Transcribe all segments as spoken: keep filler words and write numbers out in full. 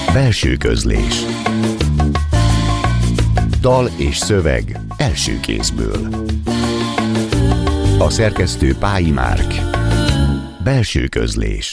Belső közlés. Dal és szöveg első kézből. A szerkesztő Pályi Márk. Belső közlés.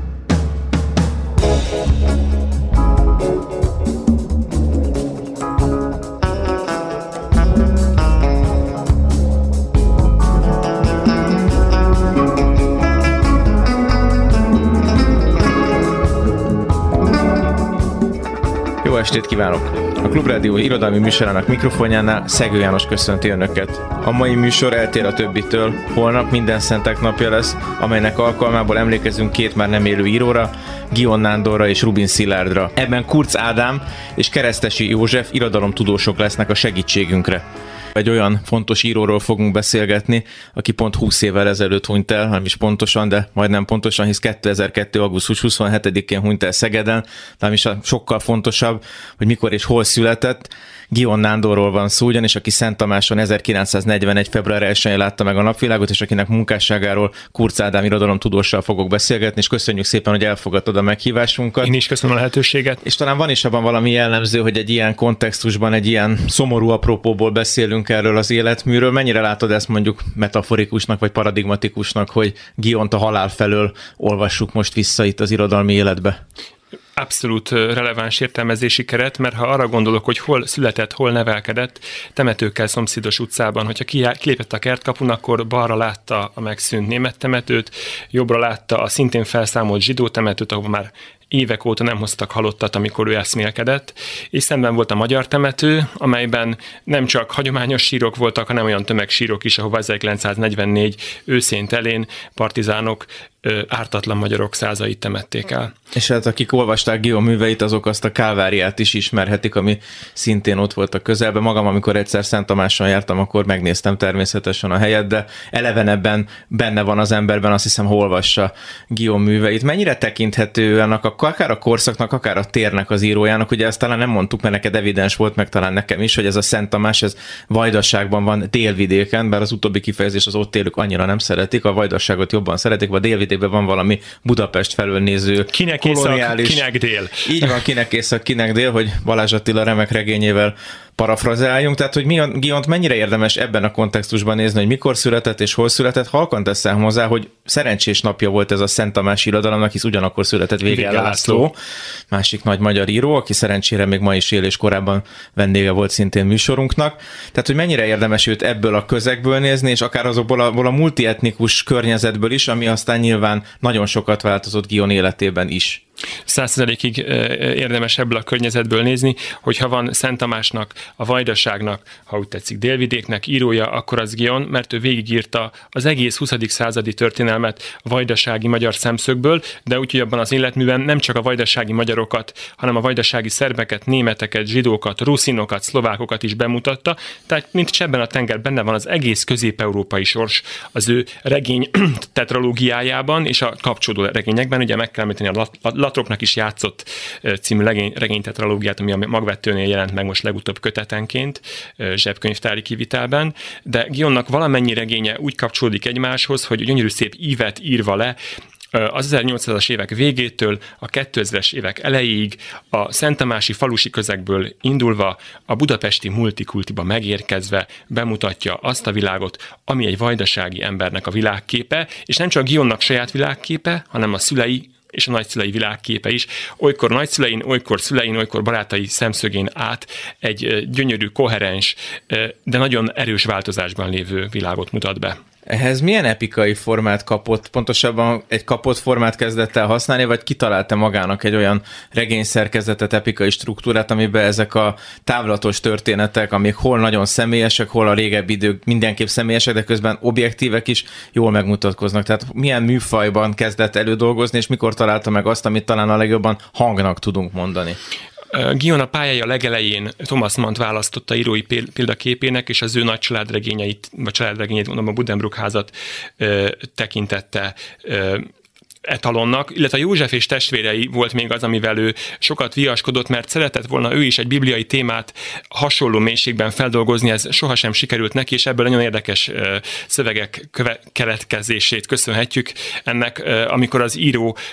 Jó estét kívánok! A Klubrádió irodalmi műsorának mikrofonjánál Szegő János köszönti Önöket. A mai műsor eltér a többitől, holnap minden szentek napja lesz, amelynek alkalmából emlékezünk két már nem élő íróra, Guion Nándorra és Rubin Szilárdra. Ebben Kurz Ádám és Keresztesi József irodalomtudósok lesznek a segítségünkre. Egy olyan fontos íróról fogunk beszélgetni, aki pont húsz évvel ezelőtt hunyt el, nem is pontosan, de majdnem pontosan, hisz kétezer-kettő. augusztus huszonhetedikén hunyt el Szegeden, de nem is sokkal fontosabb, hogy mikor és hol született. Guion Nándorról van szó, ugyanis aki Szent Tamáson ezerkilencszáznegyvenegy. február elsején látta meg a napvilágot, és akinek munkásságáról Kurz Ádám irodalomtudóssal fogok beszélgetni, és köszönjük szépen, hogy elfogadtad a meghívásunkat. Én is köszönöm a lehetőséget. És talán van is abban valami jellemző, hogy egy ilyen kontextusban, egy ilyen szomorú apropóból beszélünk erről az életműről. Mennyire látod ezt mondjuk metaforikusnak vagy paradigmatikusnak, hogy Guiont a halál felől olvassuk most vissza itt az irodalmi életbe? Abszolút releváns értelmezési keret, mert ha arra gondolok, hogy hol született, hol nevelkedett, temetőkkel szomszédos utcában, hogyha kilépett a kertkapun, akkor balra látta a megszűnt német temetőt, jobbra látta a szintén felszámolt zsidó temetőt, ahol már évek óta nem hoztak halottat, amikor ő eszmélkedett, és szemben volt a magyar temető, amelyben nem csak hagyományos sírok voltak, hanem olyan tömegsírok is, ahova ezerkilencszáznegyvennégy őszén telén partizánok ártatlan magyarok százait temették el. És hát akik olvasták Guion műveit, azok azt a Kálváriát is ismerhetik, ami szintén ott volt a közelben. Magam, amikor egyszer Szent Tamáson jártam, akkor megnéztem természetesen a helyet, de elevenebben benne van az emberben, azt hiszem, ha olvassa Guion műveit. Mennyire tekinthető annak, akár a korszaknak, akár a térnek az írójának? Ugye ezt talán nem mondtuk, mert neked evidens volt, meg talán nekem is, hogy ez a Szent Tamás, ez Vajdaságban van, Délvidéken, bár az utóbbi kifejezés az ott élők annyira nem szeretik, a Vajdaságot jobban szeretik, vagy a Délvidékben van valami Budapest felől néző kinek koloniális... Észak, kinek dél. Így van, kinek észak, kinek dél, hogy Balázs Attila remek regényével parafrazáljunk, tehát hogy mi a Guiont mennyire érdemes ebben a kontextusban nézni, hogy mikor született és hol született. Halkan teszem hozzá, hogy szerencsés napja volt ez a Szent Tamási irodalomnak, hisz ugyanakkor született Végel László, másik nagy magyar író, aki szerencsére még ma is él, és korábban vendége volt szintén műsorunknak. Tehát, hogy mennyire érdemes őt ebből a közegből nézni, és akár azokból a, a multietnikus környezetből is, ami aztán nyilván nagyon sokat változott Guion életében is. Százszerzelékig érdemes ebből a környezetből nézni, hogyha van Szent Tamásnak, a Vajdaságnak, ha úgy tetszik, Délvidéknek írója, akkor az Guion, mert ő végigírta az egész huszadik századi történelmet a vajdasági magyar szemszögből, de úgyhogy abban az életműben nem csak a vajdasági magyarokat, hanem a vajdasági szerbeket, németeket, zsidókat, ruszinokat, szlovákokat is bemutatta, tehát mint csebben a tenger benne van az egész közép-európai sors az ő regény tetralógiájában és a kapcsolódó regényekben. Ugye meg kell említeni a Latroknak is játszott című regény, regénytetralógiát, ami a Magvetőnél jelent meg most legutóbb kötetenként, zsebkönyvtári kivitelben, de Guionnak valamennyi regénye úgy kapcsolódik egymáshoz, hogy gyönyörű szép ívet írva le, az ezernyolcszázas évek végétől a kétezres évek elejéig a Szent Tamási falusi közegből indulva a budapesti multikultiba megérkezve bemutatja azt a világot, ami egy vajdasági embernek a világképe, és nem csak Guionnak saját világképe, hanem a szülei és a nagyszülei világképe is. Olykor nagyszülein, olykor szülein, olykor barátai szemszögén át egy gyönyörű, koherens, de nagyon erős változásban lévő világot mutat be. Ehhez milyen epikai formát kapott? Pontosabban egy kapott formát kezdett el használni, vagy kitalálta magának egy olyan regényszerkezetet, epikai struktúrát, amiben ezek a távlatos történetek, amik hol nagyon személyesek, hol a régebbi idők mindenképp személyesek, de közben objektívek is jól megmutatkoznak. Tehát milyen műfajban kezdett elődolgozni, és mikor találta meg azt, amit talán a legjobban hangnak tudunk mondani? Guion a pályája legelején Thomas Mannt választotta írói példaképének, és az ő nagy családregényeit, vagy családregényeit, mondom, a Buddenbrook házat ö, tekintette ö, etalonnak, illetve József és testvérei volt még az, amivel ő sokat viaskodott, mert szeretett volna ő is egy bibliai témát hasonló mélységben feldolgozni, ez sohasem sikerült neki, és ebből nagyon érdekes szövegek keletkezését köszönhetjük ennek, amikor az író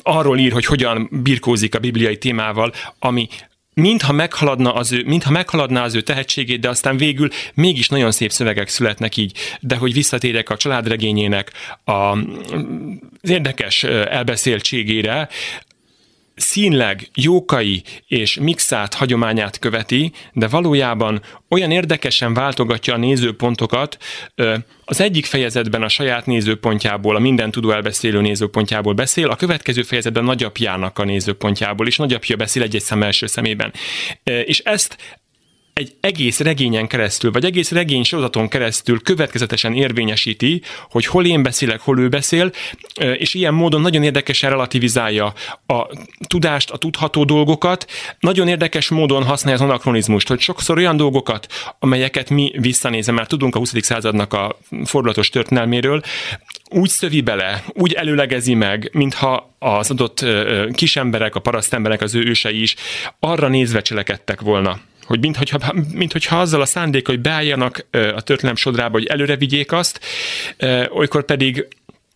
arról ír, hogy hogyan birkózik a bibliai témával, ami mintha meghaladna az ő, mintha meghaladná az ő tehetségét, de aztán végül mégis nagyon szép szövegek születnek így. De hogy visszatérek a családregényének a, az érdekes elbeszéltségére, színleg jókai és mixált hagyományát követi, de valójában olyan érdekesen váltogatja a nézőpontokat. Az egyik fejezetben a saját nézőpontjából, a minden tudó elbeszélő nézőpontjából beszél, a következő fejezetben nagyapjának a nézőpontjából, és nagyapja beszél egy-egy szem első szemében. És ezt egy egész regényen keresztül, vagy egész regény sorozaton keresztül következetesen érvényesíti, hogy hol én beszélek, hol ő beszél, és ilyen módon nagyon érdekesen relativizálja a tudást, a tudható dolgokat, nagyon érdekes módon használja az anakronizmust, hogy sokszor olyan dolgokat, amelyeket mi visszanézve már tudunk a huszadik századnak a fordulatos történelméről, úgy szövi bele, úgy előlegezi meg, mintha az adott kisemberek, a parasztemberek, az ő ősei is arra nézve cselekedtek volna. Hogy minthogyha, minthogyha azzal a szándék, hogy beálljanak a történelem sodrába, hogy előre vigyék azt, olykor pedig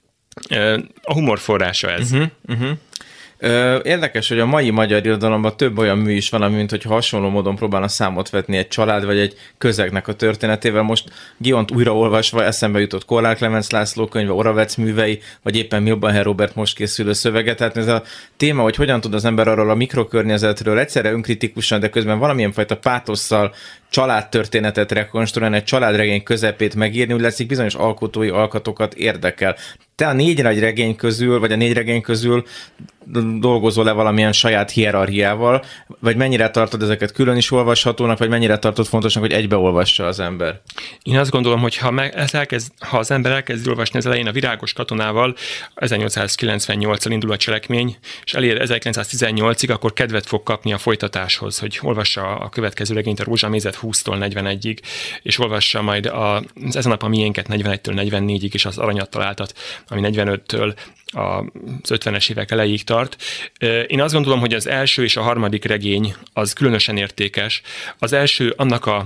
a humor forrása ez. Uh-huh, uh-huh. Érdekes, hogy a mai magyar irodalomban több olyan mű is van, mint hogy hasonló módon próbálna számot vetni egy család vagy egy közegnek a történetével. Most Guillaume-t újraolvasva eszembe jutott Korlár Klemenc László könyve, Oravec művei, vagy éppen Milbanher Robert most készülő szövege. Tehát ez a téma, hogy hogyan tud az ember arról a mikrokörnyezetről egyszerre önkritikusan, de közben valamilyen fajta pátosszal családtörténetet rekonstruálni, egy családregény közepét megírni, úgy látszik bizonyos alkotói alkatokat érdekel. Te a négy nagy regény közül, vagy a négy regény közül dolgozol-e valamilyen saját hierarchiával, vagy mennyire tartod ezeket külön is olvashatónak, vagy mennyire tartod fontosnak, hogy egybeolvassa az ember? Én azt gondolom, hogy ha, meg, elkezd, ha az ember elkezd olvasni az elején a Virágos katonával, ezernyolcszázkilencvennyolccal indul a cselekmény, és elér ezerkilencszáztizennyolcig, akkor kedvet fog kapni a folytatáshoz, hogy olvassa a következő regényt, a Rózsamézet húsztól negyvenegyig, és olvassa majd a, ezen nap a miénket negyvenegytől negyvennégyig, és az Aranyat találtat, ami negyvenöttől az ötvenes évek elejéig tart. Én azt gondolom, hogy az első és a harmadik regény az különösen értékes. Az első annak a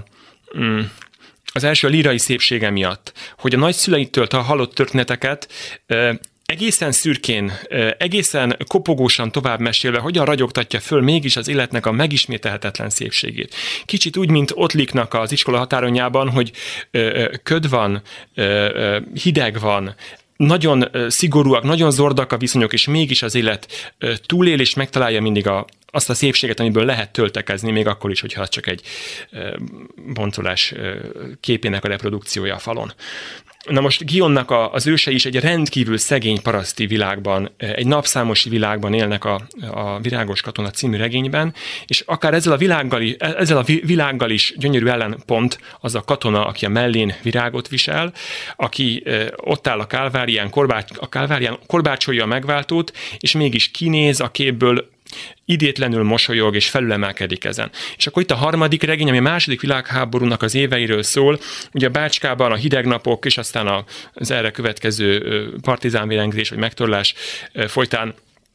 az első a lírai szépsége miatt, hogy a nagyszüleitől hallott történeteket egészen szürkén, egészen kopogósan tovább mesélve, hogyan ragyogtatja föl mégis az életnek a megismételhetetlen szépségét. Kicsit úgy, mint Ottliknak az iskola határonjában, hogy köd van, hideg van, nagyon szigorúak, nagyon zordak a viszonyok, és mégis az élet túlél, és megtalálja mindig a, azt a szépséget, amiből lehet töltekezni, még akkor is, hogyha az csak egy boncolás képének a reprodukciója a falon. Na most Guillaume-nak a, az ősei is egy rendkívül szegény paraszti világban, egy napszámosi világban élnek a, a Virágos katona című regényben, és akár ezzel a, világgal is, ezzel a világgal is gyönyörű ellenpont az a katona, aki a mellén virágot visel, aki ott áll a kálvárián, korbács, a kálvárián korbácsolja a megváltót, és mégis kinéz a képből, idétlenül mosolyog és felülemelkedik ezen. És akkor itt a harmadik regény, ami a második világháborúnak az éveiről szól, ugye a Bácskában a hideg napok, és aztán az erre következő partizánvérengzés vagy megtorlás folytán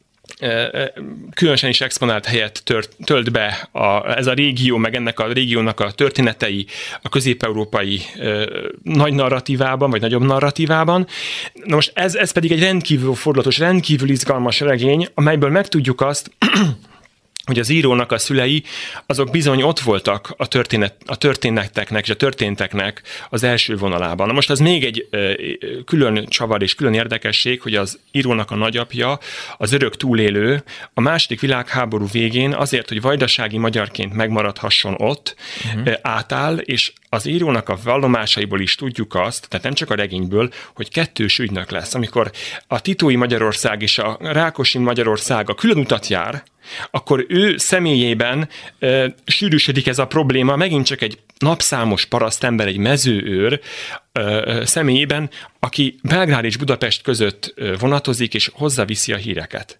különösen is exponált helyet tört, tölt be a, ez a régió, meg ennek a régiónak a történetei a közép-európai e, nagy narratívában, vagy nagyobb narratívában. Na most ez, ez pedig egy rendkívül fordulatos, rendkívül izgalmas regény, amelyből megtudjuk azt, hogy az írónak a szülei, azok bizony ott voltak a, történet, a történeteknek és a történteknek az első vonalában. Na most az még egy ö, külön csavar és külön érdekesség, hogy az írónak a nagyapja, az örök túlélő, a második világháború végén azért, hogy vajdasági magyarként megmaradhasson ott, uh-huh. ö, átáll, és az írónak a vallomásaiból is tudjuk azt, tehát nem csak a regényből, hogy kettős ügynök lesz. Amikor a titói Magyarország és a Rákosi Magyarország a külön utat jár, akkor ő személyében e, sűrűsödik ez a probléma, megint csak egy napszámos parasztember, egy mezőőr e, személyében, aki Belgrád és Budapest között vonatozik, és hozzaviszi a híreket.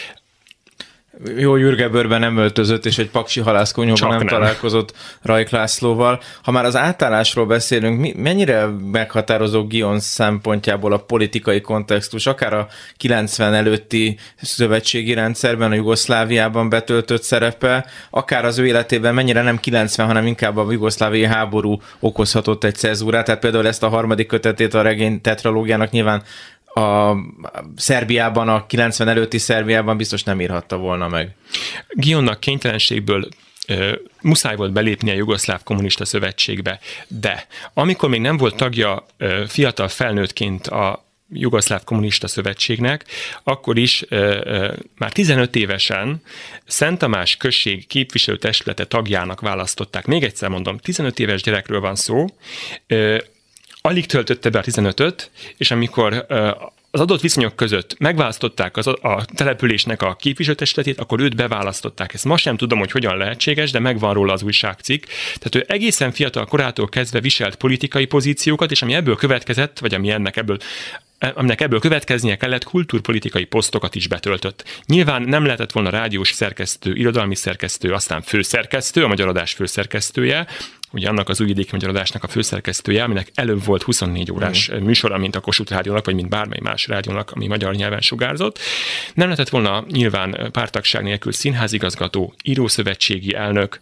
Jó jürgebőrben nem öltözött, és egy paksi halászkonyhóban nem, nem találkozott Rajk Lászlóval. Ha már az átállásról beszélünk, mennyire meghatározó Guillaume szempontjából a politikai kontextus, akár a kilencven előtti szövetségi rendszerben, a Jugoszláviában betöltött szerepe, akár az ő életében mennyire nem kilencven, hanem inkább a jugoszláviai háború okozhatott egy cezúrát, tehát például ezt a harmadik kötetét a regény tetralógiának nyilván a Szerbiában, a kilencven előtti Szerbiában biztos nem írhatta volna meg. Gionnak kénytelenségből ö, muszáj volt belépni a Jugoszláv Kommunista Szövetségbe, de amikor még nem volt tagja ö, fiatal felnőttként a Jugoszláv Kommunista Szövetségnek, akkor is ö, ö, már tizenöt évesen Szent Tamás község képviselőtestülete tagjának választották. Még egyszer mondom, tizenöt éves gyerekről van szó, ö, alig töltötte be a tizenötöt, és amikor ö, az adott viszonyok között megválasztották az, a településnek a képviselőtestületét, akkor őt beválasztották. Ezt ma sem tudom, hogy hogyan lehetséges, de megvan róla az újságcikk. Tehát ő egészen fiatal korától kezdve viselt politikai pozíciókat, és ami ebből következett, vagy ami ennek ebből aminek ebből következnie kellett, kultúrpolitikai posztokat is betöltött. Nyilván nem lehetett volna rádiós szerkesztő, irodalmi szerkesztő, aztán főszerkesztő, a Magyar Adás főszerkesztője, ugye annak az Újvidéki Magyar Adásnak a főszerkesztője, aminek előbb volt huszonnégy órás mm. műsora, mint a Kossuth Rádiónak, vagy mint bármely más rádiónak, ami magyar nyelven sugárzott. Nem lehetett volna nyilván pártagság nélkül színházigazgató, írószövetségi elnök,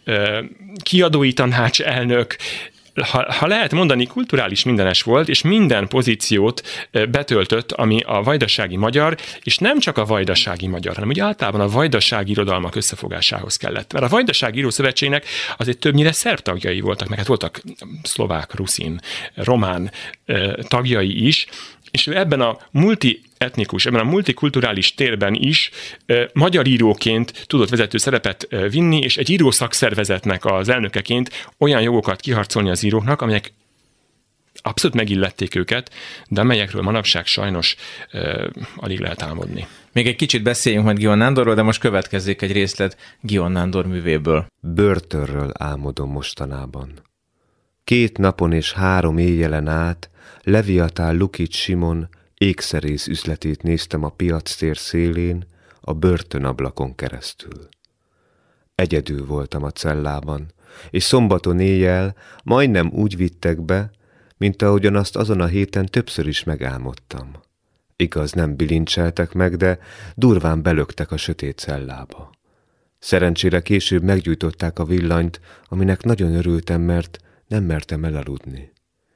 kiadói tanács elnök, Ha, ha lehet mondani, kulturális mindenes volt, és minden pozíciót betöltött, ami a vajdasági magyar, és nem csak a vajdasági magyar, hanem ugye általában a vajdasági irodalmak összefogásához kellett. Mert a Vajdasági Írószövetségnek azért többnyire szerb tagjai voltak, meg hát voltak szlovák, ruszin, román tagjai is, és ő ebben a multietnikus, ebben a multikulturális térben is e, magyar íróként tudott vezető szerepet e, vinni, és egy írószakszervezetnek az elnökeként olyan jogokat kiharcolni az íróknak, amelyek abszolút megillették őket, de amelyekről manapság sajnos e, alig lehet álmodni. Még egy kicsit beszéljünk majd Gion Nándorról, de most következzék egy részlet Gion Nándor művéből. Börtönről álmodom mostanában. Két napon és három éjjelen át Leviatán Lukics Simon ékszerész üzletét néztem a piactér szélén, a börtönablakon keresztül. Egyedül voltam a cellában, és szombaton éjjel majdnem úgy vittek be, mint ahogyan azt azon a héten többször is megálmodtam. Igaz, nem bilincseltek meg, de durván belöktek a sötét cellába. Szerencsére később meggyújtották a villanyt, aminek nagyon örültem, mert nem mertem elaludni.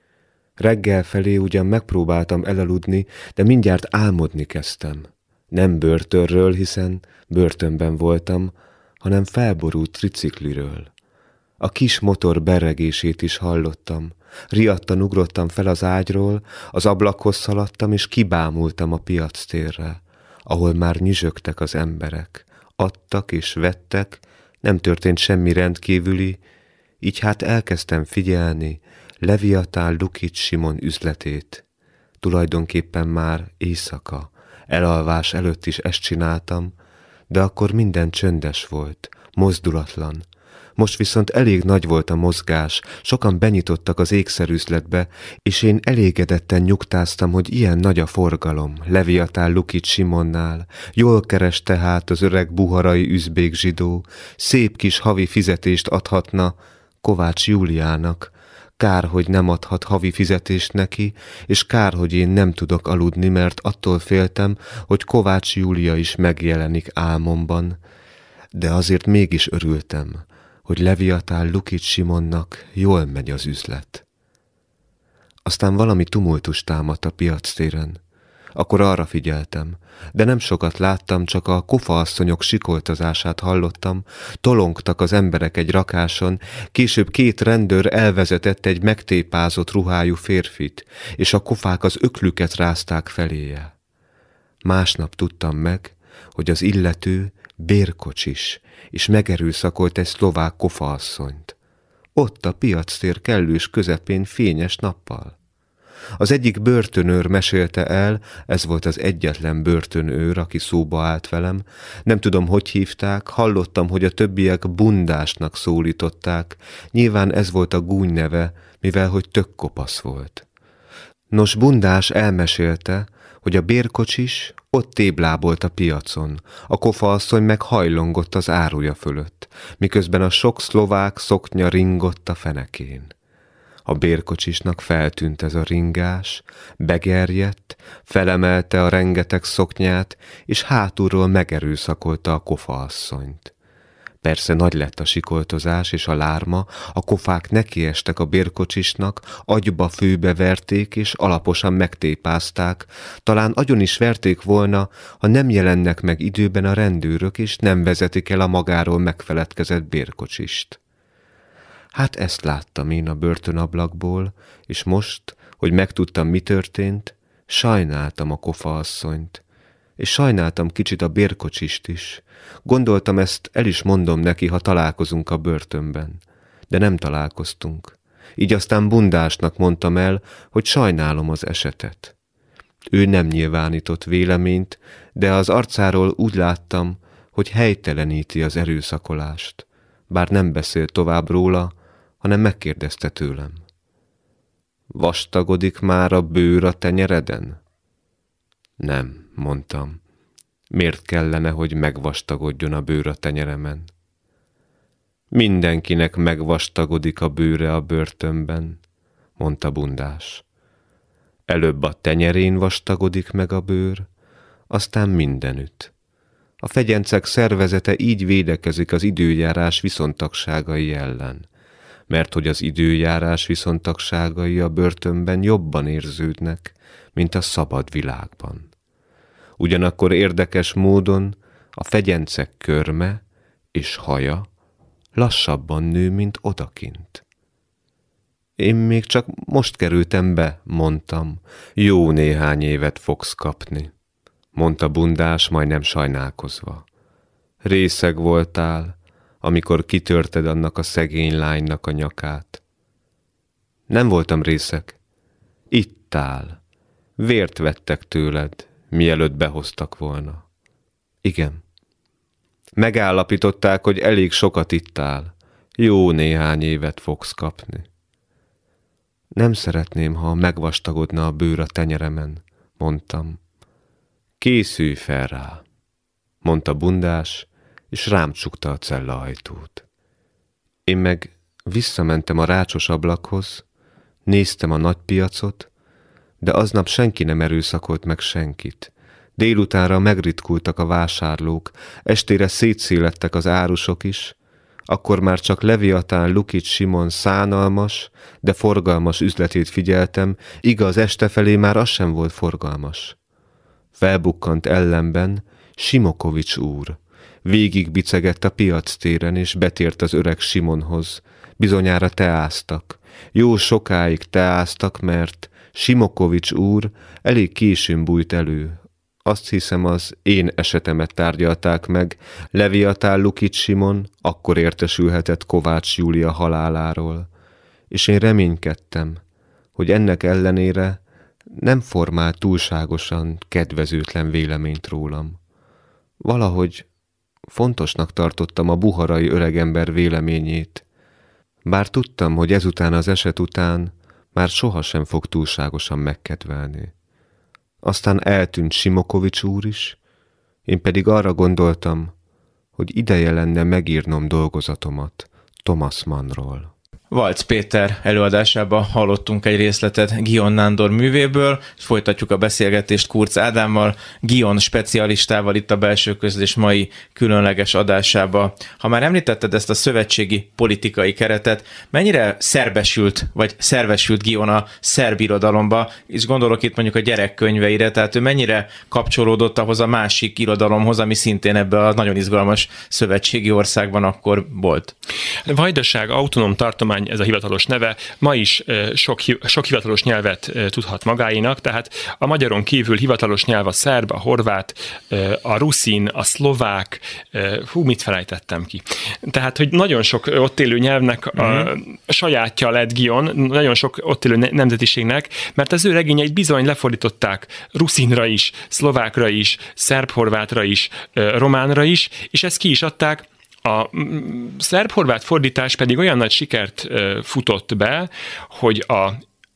Reggel felé ugyan megpróbáltam elaludni, de mindjárt álmodni kezdtem. Nem börtönről, hiszen börtönben voltam, hanem felborult tricikliről. A kis motor berregését is hallottam. Riadtan ugrottam fel az ágyról, az ablakhoz szaladtam, és kibámultam a piactérre, ahol már nyüzsögtek az emberek. Adtak és vettek, nem történt semmi rendkívüli, így hát elkezdtem figyelni Leviatán Lukics Simon üzletét. Tulajdonképpen már éjszaka, elalvás előtt is ezt csináltam, de akkor minden csöndes volt, mozdulatlan. Most viszont elég nagy volt a mozgás, sokan benyitottak az ékszerüzletbe, és én elégedetten nyugtáztam, hogy ilyen nagy a forgalom Leviatán Lukics Simonnál. Jól keres tehát az öreg buharai üzbék zsidó, szép kis havi fizetést adhatna Kovács Júliának. Kár, hogy nem adhat havi fizetést neki, és kár, hogy én nem tudok aludni, mert attól féltem, hogy Kovács Júlia is megjelenik álmomban. De azért mégis örültem, hogy Leviatán Lukics Simonnak jól megy az üzlet. Aztán valami tumultus támadt a piactéren. Akkor arra figyeltem, de nem sokat láttam, csak a kofaasszonyok sikoltozását hallottam, tolongtak az emberek egy rakáson, később két rendőr elvezetett egy megtépázott ruhájú férfit, és a kofák az öklüket rázták feléje. Másnap tudtam meg, hogy az illető bérkocsis, és megerőszakolt egy szlovák kofaasszonyt. Ott a piactér kellős közepén fényes nappal. Az egyik börtönőr mesélte el, ez volt az egyetlen börtönőr, aki szóba állt velem. Nem tudom, hogy hívták, hallottam, hogy a többiek Bundásnak szólították. Nyilván ez volt a gúny neve, mivel hogy tök kopasz volt. Nos, Bundás elmesélte, hogy a bérkocsis ott téblábolt a piacon, a kofaasszony meg hajlongott az áruja fölött, miközben a sok szlovák szoknya ringott a fenekén. A bérkocsisnak feltűnt ez a ringás, begerjedt, felemelte a rengeteg szoknyát, és hátulról megerőszakolta a kofaasszonyt. Persze nagy lett a sikoltozás és a lárma, a kofák nekiestek a bérkocsisnak, agyba főbe verték és alaposan megtépázták, talán agyon is verték volna, ha nem jelennek meg időben a rendőrök és nem vezetik el a magáról megfeledkezett bérkocsist. Hát ezt láttam én a börtönablakból, és most, hogy megtudtam, mi történt, sajnáltam a kofaasszonyt, és sajnáltam kicsit a bérkocsist is. Gondoltam, ezt el is mondom neki, ha találkozunk a börtönben. De nem találkoztunk. Így aztán Bundásnak mondtam el, hogy sajnálom az esetet. Ő nem nyilvánított véleményt, de az arcáról úgy láttam, hogy helyteleníti az erőszakolást. Bár nem beszélt tovább róla, hanem megkérdezte tőlem. Vastagodik már a bőr a tenyereden? Nem, mondtam. Miért kellene, hogy megvastagodjon a bőr a tenyeremen? Mindenkinek megvastagodik a bőre a börtönben, mondta Bundás. Előbb a tenyerén vastagodik meg a bőr, aztán mindenütt. A fegyencek szervezete így védekezik az időjárás viszontagságai ellen, mert hogy az időjárás viszontagságai a börtönben jobban érződnek, mint a szabad világban. Ugyanakkor érdekes módon a fegyencek körme és haja lassabban nő, mint odakint. Én még csak most kerültem be, mondtam, jó néhány évet fogsz kapni, mondta Bundás majdnem sajnálkozva. Részeg voltál, amikor kitörted annak a szegény lánynak a nyakát. Nem voltam részeg. Itt áll. Vért vettek tőled, mielőtt behoztak volna. Igen. Megállapították, hogy elég sokat ittál. Jó néhány évet fogsz kapni. Nem szeretném, ha megvastagodna a bőr a tenyeremen, mondtam. Készülj fel rá, mondta Bundás, és rám csukta a cella ajtót. Én meg visszamentem a rácsos ablakhoz, néztem a nagypiacot, de aznap senki nem erőszakolt meg senkit. Délutánra megritkultak a vásárlók, estére szétszélettek az árusok is, akkor már csak Leviatán Lukics Simon szánalmas, de forgalmas üzletét figyeltem, igaz, este felé már az sem volt forgalmas. Felbukkant ellenben Simokovics úr. Végig bicegett a piactéren, és betért az öreg Simonhoz. Bizonyára teáztak. Jó sokáig teáztak, mert Simokovics úr elég későn bújt elő. Azt hiszem, az én esetemet tárgyalták meg. Leviatán Lukics Simon akkor értesülhetett Kovács Júlia haláláról. És én reménykedtem, hogy ennek ellenére nem formál túlságosan kedvezőtlen véleményt rólam. Valahogy fontosnak tartottam a buharai öregember véleményét, bár tudtam, hogy ezután az eset után már sohasem fog túlságosan megkedvelni. Aztán eltűnt Simokovics úr is, én pedig arra gondoltam, hogy ideje lenne megírnom dolgozatomat Thomas Mannról. Valc Péter előadásában hallottunk egy részletet Gion Nándor művéből, és folytatjuk a beszélgetést Kurz Ádámmal, Gion specialistával itt a Belső Közlés mai különleges adásába. Ha már említetted ezt a szövetségi politikai keretet, mennyire szerbesült, vagy szervesült Gion a szerb irodalomba, és gondolok itt mondjuk a gyerekkönyveire, tehát ő mennyire kapcsolódott ahhoz a másik irodalomhoz, ami szintén ebben a nagyon izgalmas szövetségi országban akkor volt? Vajdaság autonóm tartomány, ez a hivatalos neve, ma is sok, sok hivatalos nyelvet tudhat magáénak, tehát a magyaron kívül hivatalos nyelv a szerb, a horvát, a ruszin, a szlovák, hú, mit felejtettem ki. Tehát, hogy nagyon sok ott élő nyelvnek a uh-huh. sajátja lett Gion, nagyon sok ott élő nemzetiségnek, mert az ő regényeit bizony lefordították ruszinra is, szlovákra is, szerb-horvátra is, románra is, és ezt ki is adták. A szerb-horvát fordítás pedig olyan nagy sikert futott be, hogy a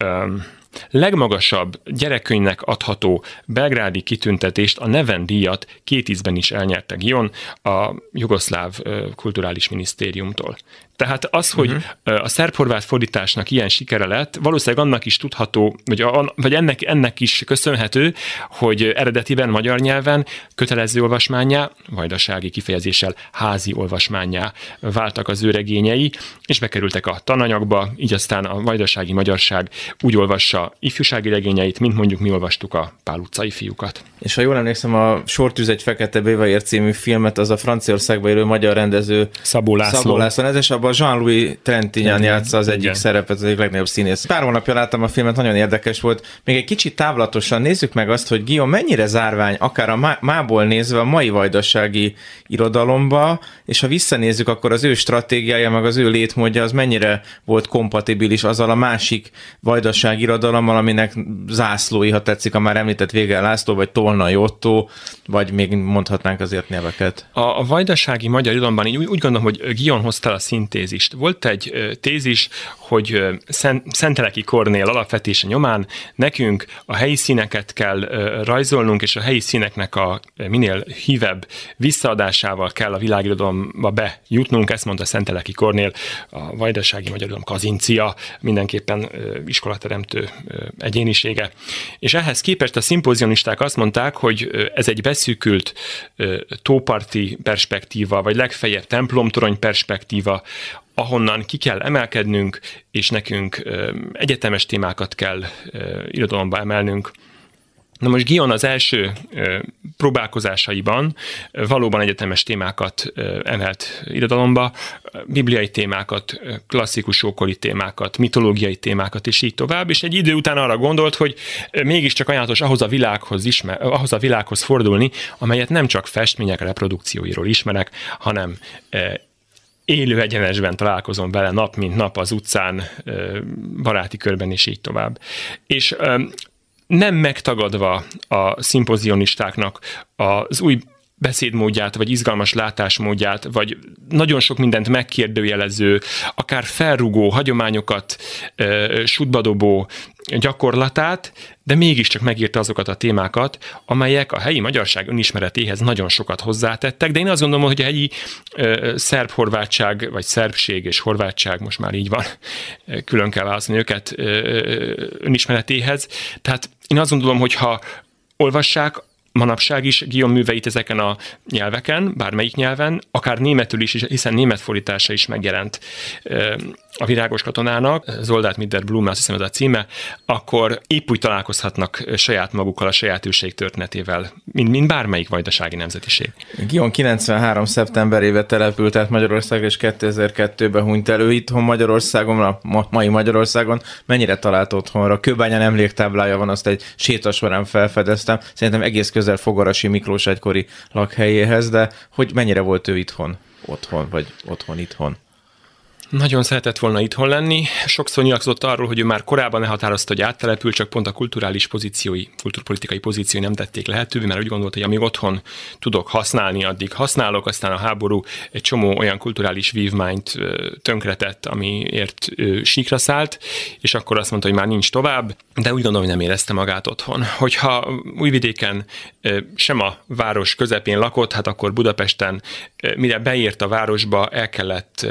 legmagasabb gyerekkönyvnek adható belgrádi kitüntetést, a Neven-díjat két ízben is elnyerte Gion a jugoszláv kulturális minisztériumtól. Tehát az, hogy uh-huh. a szerb-horvát fordításnak ilyen sikere lett, valószínűleg annak is tudható, vagy, a, vagy ennek, ennek is köszönhető, hogy eredetiben magyar nyelven kötelező olvasmánnyá, vajdasági kifejezéssel házi olvasmánnyá váltak az ő regényei, és bekerültek a tananyagba, így aztán a vajdasági magyarság úgy olvassa ifjúsági regényeit, mint mondjuk mi olvastuk a Pál utcai fiúkat. És ha jól emlékszem, a Sortűz egy fekete bévaér című filmet az a Franciaországban élő magyar rendező Szabó László. Szabó László ez, és abban Jean-Louis Trintignant játsza az egyik igen. szerepet, az egyik legnagyobb színész. Pár hónapja láttam a filmet, nagyon érdekes volt. Még egy kicsit távlatosan nézzük meg azt, hogy Guillaume mennyire zárvány, akár a mából nézve a mai vajdasági irodalomba, és ha visszanézzük, akkor az ő stratégiája, meg az ő létmódja, az mennyire volt kompatibilis azzal a másik vajdasági irodalommal, aminek zászlói, ha tetszik, a már említett Végel László, vagy Tolnai Ottó, vagy még mondhatnánk azért neveket. A, a vajdasági magyar irodalomban úgy, úgy gondolom, hogy Guillaume hozta a szintézist. Volt egy ö, tézis, hogy ö, Szent, Szenteleki Kornél alapvetése nyomán nekünk a helyi színeket kell ö, rajzolnunk, és a helyi színeknek a minél hívebb visszaadásával kell a világirodalomba bejutnunk, ezt mondta Szenteleki Kornél, a vajdasági magyar irodalom kazincia, mindenképpen ö, iskolateremtő ö, egyénisége. És ehhez képest a szimpozionisták azt mondták, hogy ö, ez egy beszűkült ö, tóparti perspektíva, vagy legfeljebb templomtorony perspektíva, ahonnan ki kell emelkednünk, és nekünk ö, egyetemes témákat kell ö, irodalomba emelnünk. Na most Guillaume az első ö, próbálkozásaiban ö, valóban egyetemes témákat ö, emelt irodalomba, bibliai témákat, klasszikus ókori témákat, mitológiai témákat, és így tovább, és egy idő után arra gondolt, hogy mégiscsak ajánlatos ahhoz a világhoz, ismer, ahhoz a világhoz fordulni, amelyet nem csak festmények reprodukcióiról ismerek, hanem ö, élő egyenesben találkozom vele nap, mint nap az utcán, baráti körben, és így tovább. És nem megtagadva a szimpozionistáknak az új beszédmódját, vagy izgalmas látásmódját, vagy nagyon sok mindent megkérdőjelező, akár felrugó, hagyományokat sútbadobó gyakorlatát, de mégiscsak megírta azokat a témákat, amelyek a helyi magyarság önismeretéhez nagyon sokat hozzátettek, de én azt gondolom, hogy a helyi ö, szerb-horvátság, vagy szerbség és horvátság, most már így van, külön kell választani őket ö, önismeretéhez. Tehát én azt gondolom, hogy ha olvassák manapság is Guillaume műveit ezeken a nyelveken, bármelyik nyelven, akár németül is, hiszen német fordítása is megjelent a Virágos katonának, Soldát mit der Blume, azt hiszem ez a címe, akkor épp úgy találkozhatnak saját magukkal, a saját őseik történetével, mint, mint bármelyik vajdasági nemzetiség. Guillaume kilencvenhárom szeptemberében települt át Magyarországra, és kétezer-kettőben hunyt elő itthon Magyarországon, a mai Magyarországon. Mennyire talált otthonra? Kőbányán emléktáblája van, azt egy séta során felfedeztem. Szerintem egész közel Fogarasi Miklós egykori lakhelyéhez, de hogy mennyire volt ő itthon? Otthon, vagy otthon-itthon? Nagyon szeretett volna itthon lenni. Sokszor nyilatkozott arról, hogy ő már korábban elhatározta, hogy áttelepül, csak pont a kulturális pozíciói, kulturpolitikai pozíciói nem tették lehetővé, mert úgy gondolta, hogy amíg otthon tudok használni, addig használok, aztán a háború egy csomó olyan kulturális vívmányt tönkretett, amiért ő síkra szállt, és akkor azt mondta, hogy már nincs tovább, de úgy gondolom, hogy nem érezte magát otthon. Hogyha Újvidéken sem a város közepén lakott, hát akkor Budapesten, mire beért a városba, el kellett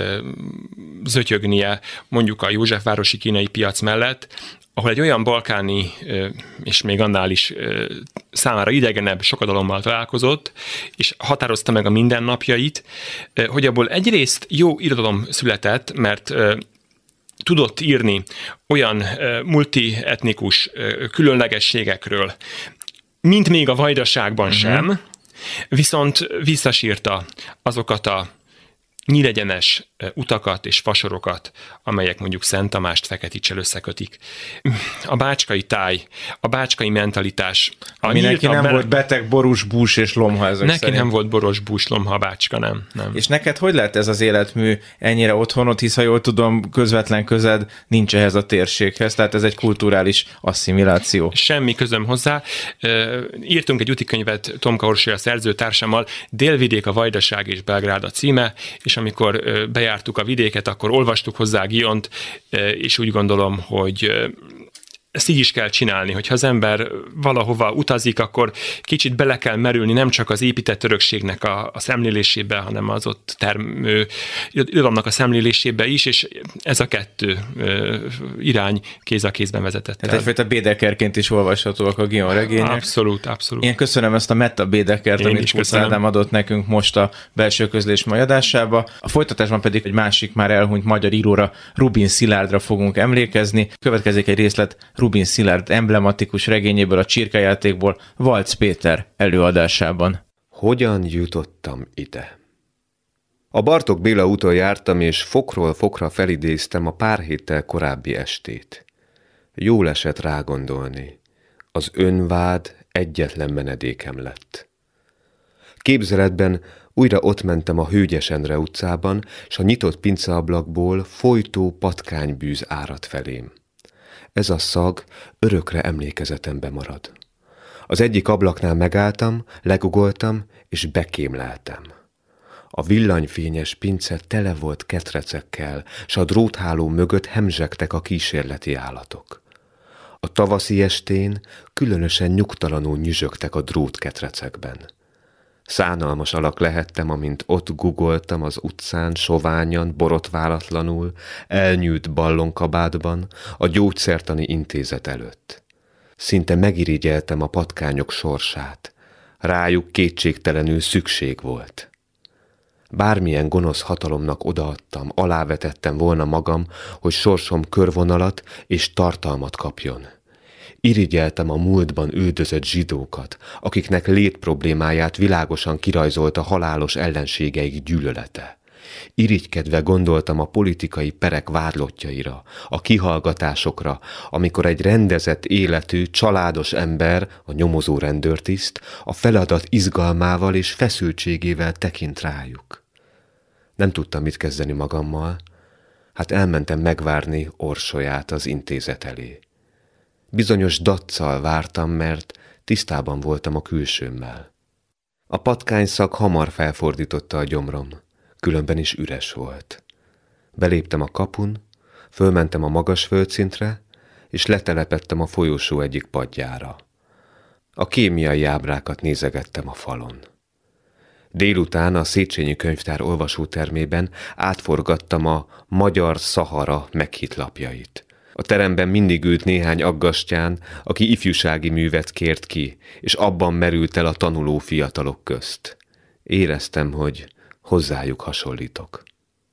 zötyögnie mondjuk a Józsefvárosi kínai piac mellett, ahol egy olyan balkáni, és még annál is számára idegenebb sokadalommal találkozott, és határozta meg a mindennapjait, hogy abból egyrészt jó irodalom született, mert tudott írni olyan multietnikus különlegességekről, mint még a Vajdaságban uh-huh. sem, viszont visszasírta azokat a nyílegyenes utakat és fasorokat, amelyek mondjuk Szent Tamást Feketicsel összekötik. A bácskai táj, a bácskai mentalitás. Ami neki nem bele... volt beteg, borús, bús és lomha ezek Neki szerint. nem volt boros, bús, lomha, bácska, nem, nem. És neked hogy lett ez az életmű ennyire otthonod, hisz ha jól tudom, közvetlen közed nincs ehhez a térséghez, tehát ez egy kulturális asszimiláció. Semmi közöm hozzá. Írtunk egy útikönyvet Tomka Orsolya szerzőtársammal, Délvidék, a Vajdaság és Belgrád a címe, és amikor bejártuk a vidéket, akkor olvastuk hozzá Guillaumot, és úgy gondolom, hogy ezt így is kell csinálni, hogyha az ember valahova utazik, akkor kicsit bele kell merülni nem csak az épített örökségnek a, a szemlélésébe, hanem az ott termő irodalomnak a szemlélésébe is, és ez a kettő ö, irány kéz a kézben vezetett el. Hát egyfajta Bédekerként is olvashatóak a Guillaume regények. Abszolút, abszolút. Én köszönöm ezt a Metta Bédekert, amit Kucz Ádám adott nekünk most a Belső Közlés mai adásába. A folytatásban pedig egy másik már elhunyt magyar íróra, Rubin Szilárdra fogunk emlékezni. Következik egy részlet Rubin Szilárd emblematikus regényéből, a Csirkejátékból, Valc Péter előadásában. Hogyan jutottam ide? A Bartók Béla úton jártam, és fokról fokra felidéztem a pár héttel korábbi estét. Jól esett rágondolni. Az önvád egyetlen menedékem lett. Képzeletben újra ott mentem a Hőgyes Endre utcában, s a nyitott pinceablakból folytó patkánybűz árad felém. Ez a szag örökre emlékezetembe marad. Az egyik ablaknál megálltam, legugoltam, és bekémleltem. A villanyfényes pince tele volt ketrecekkel, s a drótháló mögött hemzsegtek a kísérleti állatok. A tavaszi estén különösen nyugtalanul nyüzsögtek a drótketrecekben. Szánalmas alak lehettem, amint ott gugoltam az utcán, soványan, borotválatlanul, elnyűlt ballonkabátban, a gyógyszertani intézet előtt. Szinte megirigyeltem a patkányok sorsát. Rájuk kétségtelenül szükség volt. Bármilyen gonosz hatalomnak odaadtam, alávetettem volna magam, hogy sorsom körvonalat és tartalmat kapjon. Irigyeltem a múltban üldözött zsidókat, akiknek létproblémáját világosan kirajzolta halálos ellenségeik gyűlölete. Irigykedve gondoltam a politikai perek vádlottjaira, a kihallgatásokra, amikor egy rendezett életű, családos ember, a nyomozó rendőrtiszt, a feladat izgalmával és feszültségével tekint rájuk. Nem tudtam mit kezdeni magammal, hát elmentem megvárni Orsolyát az intézet elé. Bizonyos daccal vártam, mert tisztában voltam a külsőmmel. A patkányszag hamar felfordította a gyomrom, különben is üres volt. Beléptem a kapun, fölmentem a magas földszintre, és letelepettem a folyosó egyik padjára. A kémiai ábrákat nézegettem a falon. Délután a Széchenyi Könyvtár olvasótermében átforgattam a Magyar Szahara meghitt lapjait. A teremben mindig ült néhány aggastyán, aki ifjúsági művet kért ki, és abban merült el a tanuló fiatalok közt. Éreztem, hogy hozzájuk hasonlítok.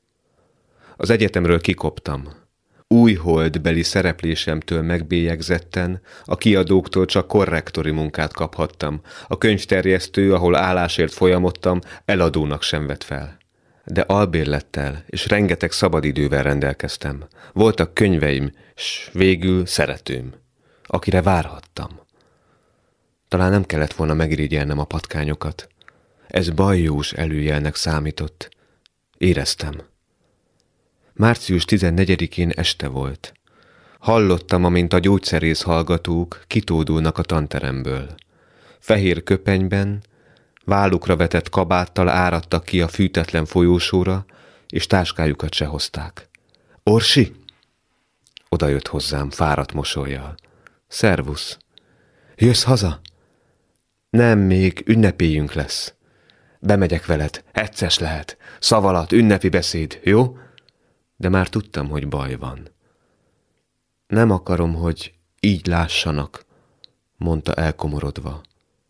Az egyetemről kikoptam. Újholdbeli szereplésemtől megbélyegzetten, a kiadóktól csak korrektori munkát kaphattam. A könyvterjesztő, ahol állásért folyamodtam, eladónak sem vett fel. De albérlettel és rengeteg szabadidővel rendelkeztem. Voltak könyveim, s végül szeretőm, akire várhattam. Talán nem kellett volna megirigyelnem a patkányokat. Ez bajós előjelnek számított. Éreztem. Március tizennegyedikén este volt. Hallottam, amint a gyógyszerész hallgatók kitódulnak a tanteremből. Fehér köpenyben, vállukra vetett kabáttal áradtak ki a fűtetlen folyósóra, és táskájukat se hozták. Orsi? Oda jött hozzám fáradt mosollyal. Szervusz. Jössz haza? Nem, még ünnepélyünk lesz. Bemegyek veled, egyszer lehet. Szavalat, ünnepi beszéd, jó? De már tudtam, hogy baj van. Nem akarom, hogy így lássanak, mondta elkomorodva.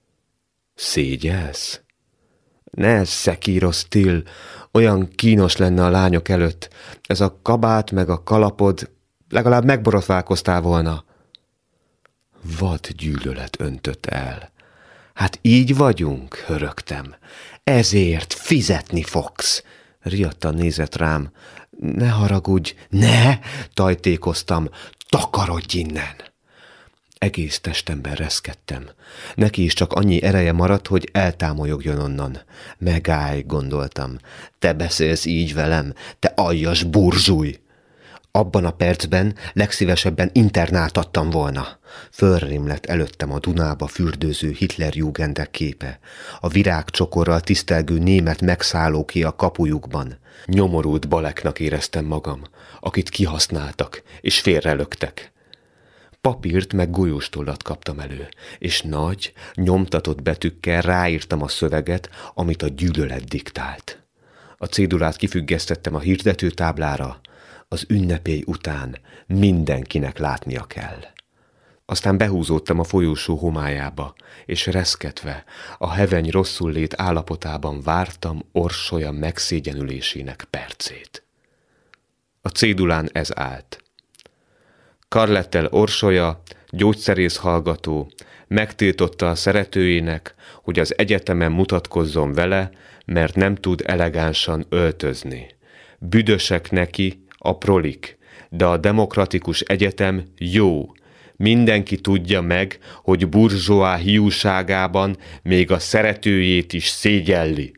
Szégyelsz? Ne szekírosz, Till, olyan kínos lenne a lányok előtt. Ez a kabát meg a kalapod, legalább megborotválkoztál volna. Vad gyűlölet öntött el. Hát így vagyunk, hörögtem. Ezért fizetni fogsz. Riadtan nézett rám. Ne haragudj, ne, tajtékoztam, takarodj innen. Egész testemben reszkedtem. Neki is csak annyi ereje maradt, hogy eltámolyogjon onnan. Megállj, gondoltam. Te beszélsz így velem, te aljas burzsúj! Abban a percben legszívesebben internált adtam volna. Fölrém lett előttem a Dunába fürdőző Hitlerjugendek képe, a virágcsokorral tisztelgő német megszállóké a kapujukban. Nyomorult baleknak éreztem magam, akit kihasználtak és félrelöktek. Papírt meg golyóstollat kaptam elő, és nagy, nyomtatott betűkkel ráírtam a szöveget, amit a gyűlölet diktált. A cédulát kifüggesztettem a hirdetőtáblára, az ünnepély után mindenkinek látnia kell. Aztán behúzódtam a folyósó homályába, és reszketve, a heveny rosszullét állapotában vártam Orsolya megszégyenülésének percét. A cédulán ez állt. Karlettel Orsolya, gyógyszerész hallgató, megtiltotta a szeretőjének, hogy az egyetemen mutatkozzon vele, mert nem tud elegánsan öltözni. Büdösek neki a prolik, de a demokratikus egyetem jó. Mindenki tudja meg, hogy burzsóá hiúságában még a szeretőjét is szégyelli.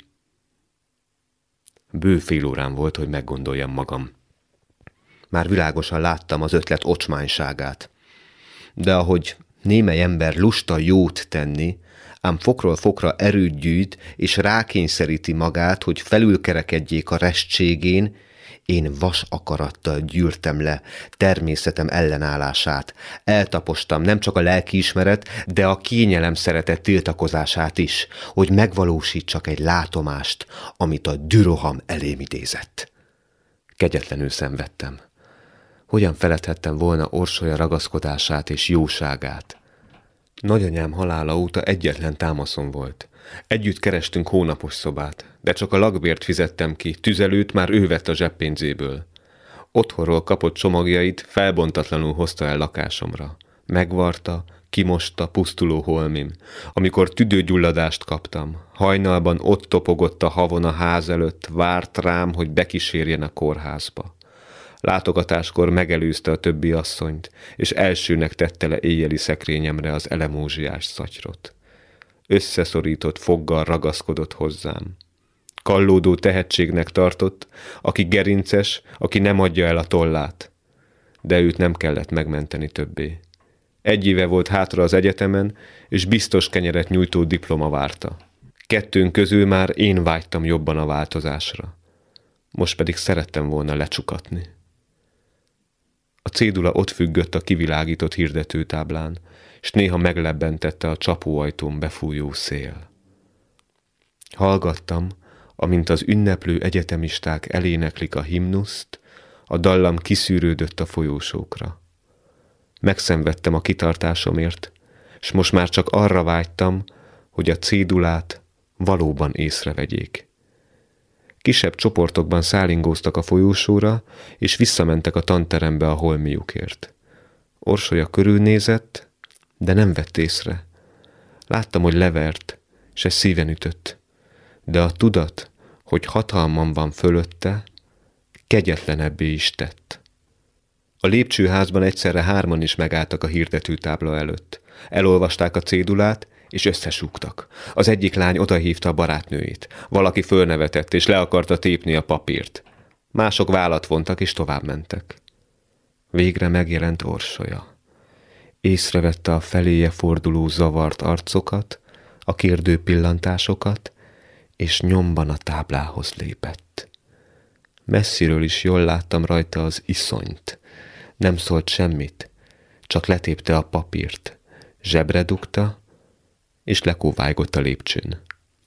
Bő fél órán volt, hogy meggondoljam magam. Már világosan láttam az ötlet ocsmányságát. De ahogy némely ember lusta jót tenni, ám fokról fokra erőt gyűjt, és rákényszeríti magát, hogy felülkerekedjék a restségén, én vas akarattal gyűrtem le természetem ellenállását. Eltapostam nem csak a lelkiismeret, de a kényelem szeretet tiltakozását is, hogy megvalósítsak egy látomást, amit a düroham elém idézett. Kegyetlenül szenvedtem. Hogyan feledhettem volna Orsolya ragaszkodását és jóságát? Nagyanyám halála óta egyetlen támaszom volt. Együtt kerestünk hónapos szobát, de csak a lakbért fizettem ki, tüzelőt már ő vett a zseppénzéből. Otthonról kapott csomagjait felbontatlanul hozta el lakásomra. Megvarta, kimosta pusztuló holmim. Amikor tüdőgyulladást kaptam, hajnalban ott topogott a havon a ház előtt, várt rám, hogy bekísérjen a kórházba. Látogatáskor megelőzte a többi asszonyt, és elsőnek tette le éjjeli szekrényemre az elemózsiás szatyrot. Összeszorított foggal ragaszkodott hozzám. Kallódó tehetségnek tartott, aki gerinces, aki nem adja el a tollát. De őt nem kellett megmenteni többé. Egy éve volt hátra az egyetemen, és biztos kenyeret nyújtó diploma várta. Kettőnk közül már én vágytam jobban a változásra. Most pedig szerettem volna lecsukatni. A cédula ott függött a kivilágított hirdetőtáblán, s néha meglebbentette a csapóajtón befújó szél. Hallgattam, amint az ünneplő egyetemisták eléneklik a himnuszt, a dallam kiszűrődött a folyósókra. Megszenvedtem a kitartásomért, s most már csak arra vágytam, hogy a cédulát valóban észrevegyék. Kisebb csoportokban szállingóztak a folyósóra, és visszamentek a tanterembe a holmiukért. Orsolya körülnézett, de nem vett észre. Láttam, hogy levert, s ez szíven ütött. De a tudat, hogy hatalmam van fölötte, kegyetlenebbé is tett. A lépcsőházban egyszerre hárman is megálltak a hirdetőtábla előtt. Elolvasták a cédulát, és összesúgtak. Az egyik lány odahívta a barátnőjét. Valaki fölnevetett, és le akarta tépni a papírt. Mások vállat vontak, és tovább mentek. Végre megjelent Orsolya. Észrevette a feléje forduló zavart arcokat, a kérdő pillantásokat, és nyomban a táblához lépett. Messziről is jól láttam rajta az iszonyt. Nem szólt semmit, csak letépte a papírt, zsebre dugta, és lekóvájgott a lépcsőn.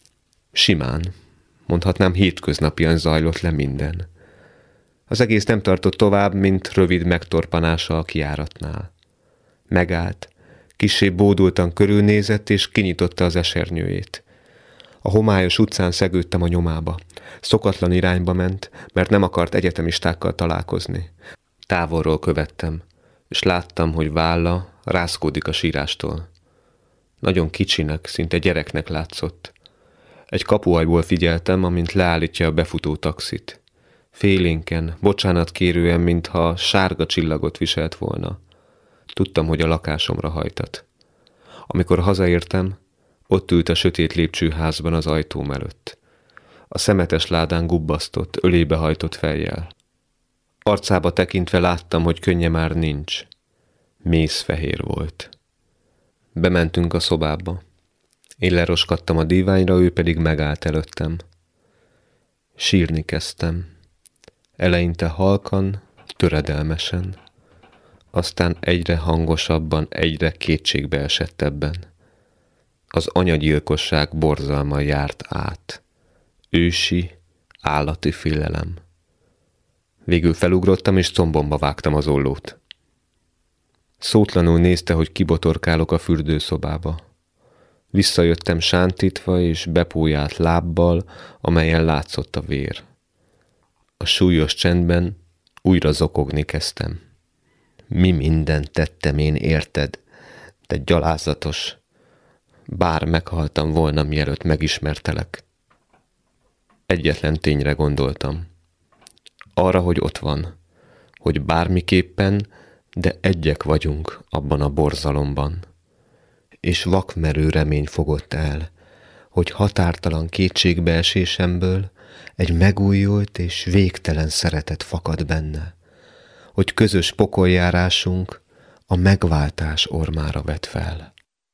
Simán, mondhatnám hétköznapian zajlott le minden. Az egész nem tartott tovább, mint rövid megtorpanása a kijáratnál. Megállt, kissé bódultan körülnézett, és kinyitotta az esernyőjét. A homályos utcán szegődtem a nyomába. Szokatlan irányba ment, mert nem akart egyetemistákkal találkozni. Távolról követtem, és láttam, hogy válla rázkódik a sírástól. Nagyon kicsinek, szinte gyereknek látszott. Egy kapuajból figyeltem, amint leállítja a befutó taxit. Félénken, bocsánatkérően, mintha sárga csillagot viselt volna. Tudtam, hogy a lakásomra hajtat. Amikor hazaértem, ott ült a sötét lépcsőházban az ajtóm előtt. A szemetes ládán gubbasztott, ölébe hajtott fejjel. Arcába tekintve láttam, hogy könnye már nincs. Mészfehér volt. Bementünk a szobába. Én leroskadtam a díványra, ő pedig megállt előttem. Sírni kezdtem. Eleinte halkan, töredelmesen. aztán egyre hangosabban, egyre kétségbeesettebben. Az anyagyilkosság borzalma járt át. Ősi, állati félelem. Végül felugrottam, és combomba vágtam az ollót. Szótlanul nézte, hogy kibotorkálok a fürdőszobába. Visszajöttem sántítva és bepójált lábbal, amelyen látszott a vér. A súlyos csendben újra zokogni kezdtem. Mi mindent tettem én érted, de gyalázatos. Bár meghaltam volna, mielőtt megismertelek. Egyetlen tényre gondoltam. Arra, hogy ott van, hogy bármiképpen, de egyek vagyunk abban a borzalomban. És vakmerő remény fogott el, hogy határtalan kétségbeesésemből egy megújult és végtelen szeretet fakad benne, hogy közös pokoljárásunk a megváltás ormára vet fel.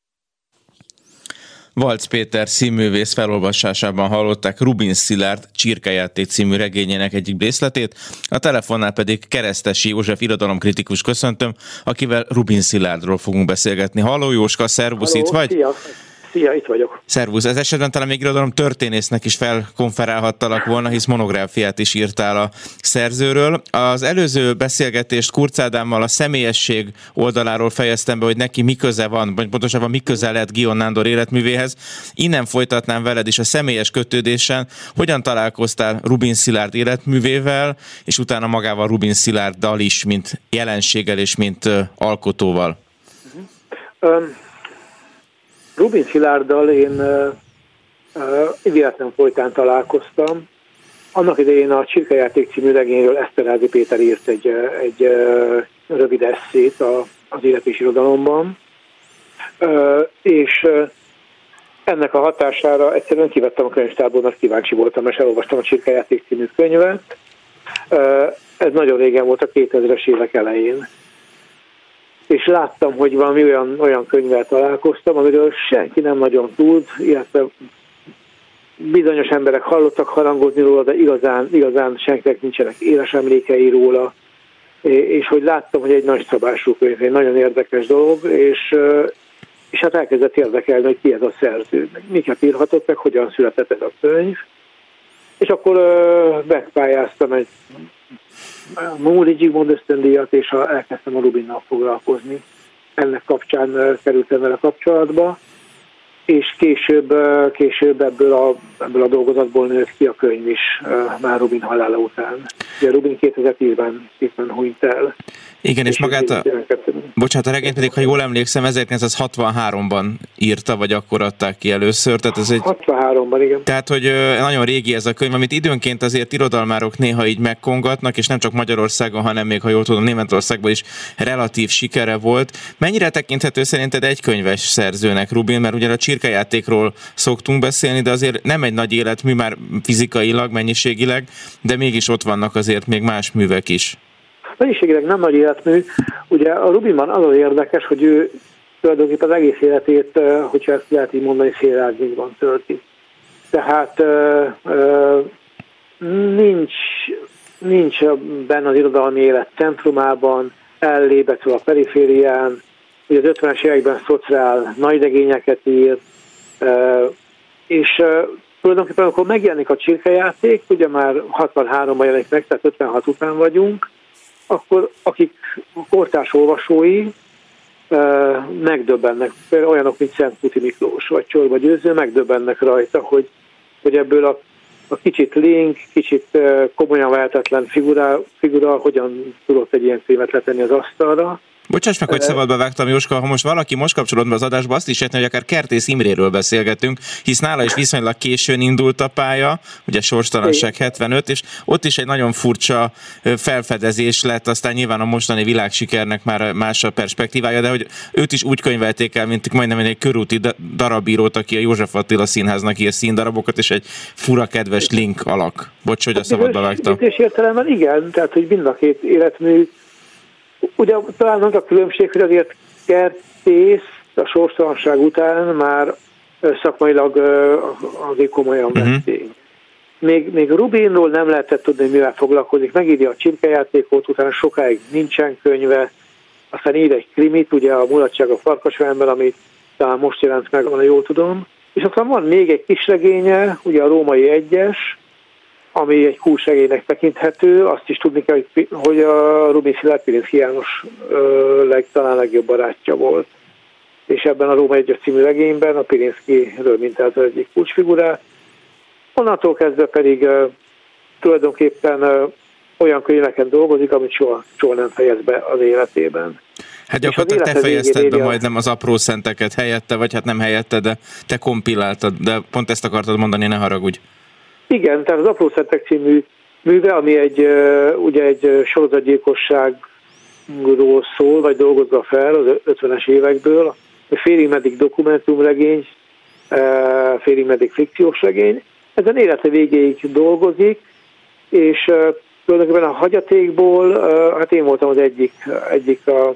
Valc Péter színművész felolvasásában hallották Rubin Szilárd Csirkejáték című regényének egyik részletét, a telefonnál pedig Keresztesi József irodalomkritikus köszöntöm, akivel Rubin Szilárdról fogunk beszélgetni. Halló Jóska, szervusz, Halló, itt vagy? Szia. Szia, itt vagyok. Szervusz, ez esetben talán még irodalom történésznek is felkonferálhattalak volna, hisz monográfiát is írtál a szerzőről. Az előző beszélgetést Kurz Ádámmal a személyesség oldaláról fejeztem be, hogy neki mi köze van, vagy pontosabban mi köze lett Guion Nándor életművéhez. Innen folytatnám veled is a személyes kötődésen. Hogyan találkoztál Rubin Szilárd életművével, és utána magával Rubin Szilárddal is, mint jelenséggel és mint uh, alkotóval? Uh-huh. Um. Rubin Szilárddal én uh, uh, véletlen folytán találkoztam. Annak idején a Csirkejáték című regényről Eszterházy Péter írt egy, egy uh, rövid esszét a, az Élet és Irodalomban, uh, és uh, ennek a hatására egyszerűen kivettem a könyvtárból, mert kíváncsi voltam, és elolvastam a Csirkejáték című könyvet. Uh, ez nagyon régen volt, a kétezres évek elején. És láttam, hogy valami olyan, olyan könyvvel találkoztam, amiről senki nem nagyon tud, illetve bizonyos emberek hallottak harangozni róla, de igazán, igazán senkinek nincsenek éles emlékei róla, és hogy láttam, hogy egy nagy szabású könyv, egy nagyon érdekes dolog, és, és hát elkezdett érdekelni, hogy ki ez a szerző, miket írhatott, meg hogyan született ez a könyv, és akkor megpályáztam egy Móri Zsigmond ösztöndíjat, és a, elkezdtem a Rubinnal foglalkozni. Ennek kapcsán kerültem vele kapcsolatba, és később, később ebből, a, ebből a dolgozatból nőtt ki a könyv is, már Rubin halála után. Ugye Rubin kétezer-tízben hunyt el. Igen, és, és magát a... Bocsánat, a regényt pedig, ha jól emlékszem, ezerkilencszázhatvanháromban írta, vagy akkor adták ki először. Tehát ez egy... hatvanháromban, igen. Tehát, hogy nagyon régi ez a könyv, amit időnként azért irodalmárok néha így megkongatnak, és nem csak Magyarországon, hanem még, ha jól tudom, Németországban is relatív sikere volt. Mennyire tekinthető szerinted egy könyves szerzőnek Rubin? Mert ugye a Csirkejátékról szoktunk beszélni, de azért nem egy nagy életmű már fizikailag, mennyiségileg, de mégis ott vannak azért még más művek is. Mennyiségileg nem nagy életmű. Ugye a Rubinban az az érdekes, hogy ő tulajdonképpen az egész életét, hogyha ezt lehet így mondani, szélárnyékban tölti. Tehát nincs, nincs benne az irodalmi élet centrumában, ellébetül a periférián, ugye az ötvenes években szociál nagyregényeket ír, és tulajdonképpen akkor megjelenik a Csirkejáték, ugye már hatvanháromban jelenik meg, tehát ötvenhat után vagyunk, akkor akik kortárs olvasói megdöbbennek, például olyanok, mint Szent Kuti Miklós vagy Csorba Győző, megdöbbennek rajta, hogy, hogy ebből a, a kicsit link, kicsit komolyan vehetetlen figura, figura hogyan tudott egy ilyen könyvet letenni az asztalra. Bocsáss meg, hogy szabadba vágtam, Jóska, ha most valaki most kapcsolódva az adásba, azt is érteni, hogy akár Kertész Imréről beszélgetünk, hisz nála is viszonylag későn indult a pálya, ugye Sorstalanság hetvenöt, és ott is egy nagyon furcsa felfedezés lett, aztán nyilván a mostani világsikernek már más a perspektívája, de hogy őt is úgy könyvelték el, mint majdnem egy körúti darabírót, aki a József Attila Színháznak ír színdarabokat, és egy fura kedves link alak. Bocs, hogy a szabadba vágtam. És értelemben igen, tehát hogy mind a két életmű. Ugye talán az a különbség, hogy azért Kertész a sorstalanság után már szakmailag azért komolyan uh-huh. vették. Még, még Rubinról nem lehetett tudni, hogy mivel foglalkozik. Megírja a Csirkejátékot, utána sokáig nincsen könyve, aztán ír egy krimit, ugye a Mulatság a Farkasvárban, amit talán most jelent meg, ha jól tudom, és aztán van még egy kis regénye, ugye a Római Egyes, ami egy kulcsregénynek tekinthető, azt is tudni kell, hogy a Rubin Szilárd Pilinszky János leg, talán legjobb barátja volt. És ebben a Római Egyes című regényben a Pilinszkyről mintáz az egyik kulcsfigurát. Onnantól kezdve pedig uh, tulajdonképpen uh, olyan könyveken dolgozik, amit soha, soha nem fejez be az életében. Hát gyakorlatilag te fejezted be majdnem az Apró Szenteket helyette, vagy hát nem helyette, de te kompiláltad, de pont ezt akartad mondani, ne haragudj. Igen, tehát az Apró Szentek című műve, ami egy, uh, ugye egy sorozatgyilkosságról szól, vagy dolgozza fel az ötvenes évekből, félig meddig dokumentumregény, uh, félig meddig fikciós regény. Ezen élete végéig dolgozik, és uh, tulajdonképpen a hagyatékból, uh, hát én voltam az egyik, egyik a,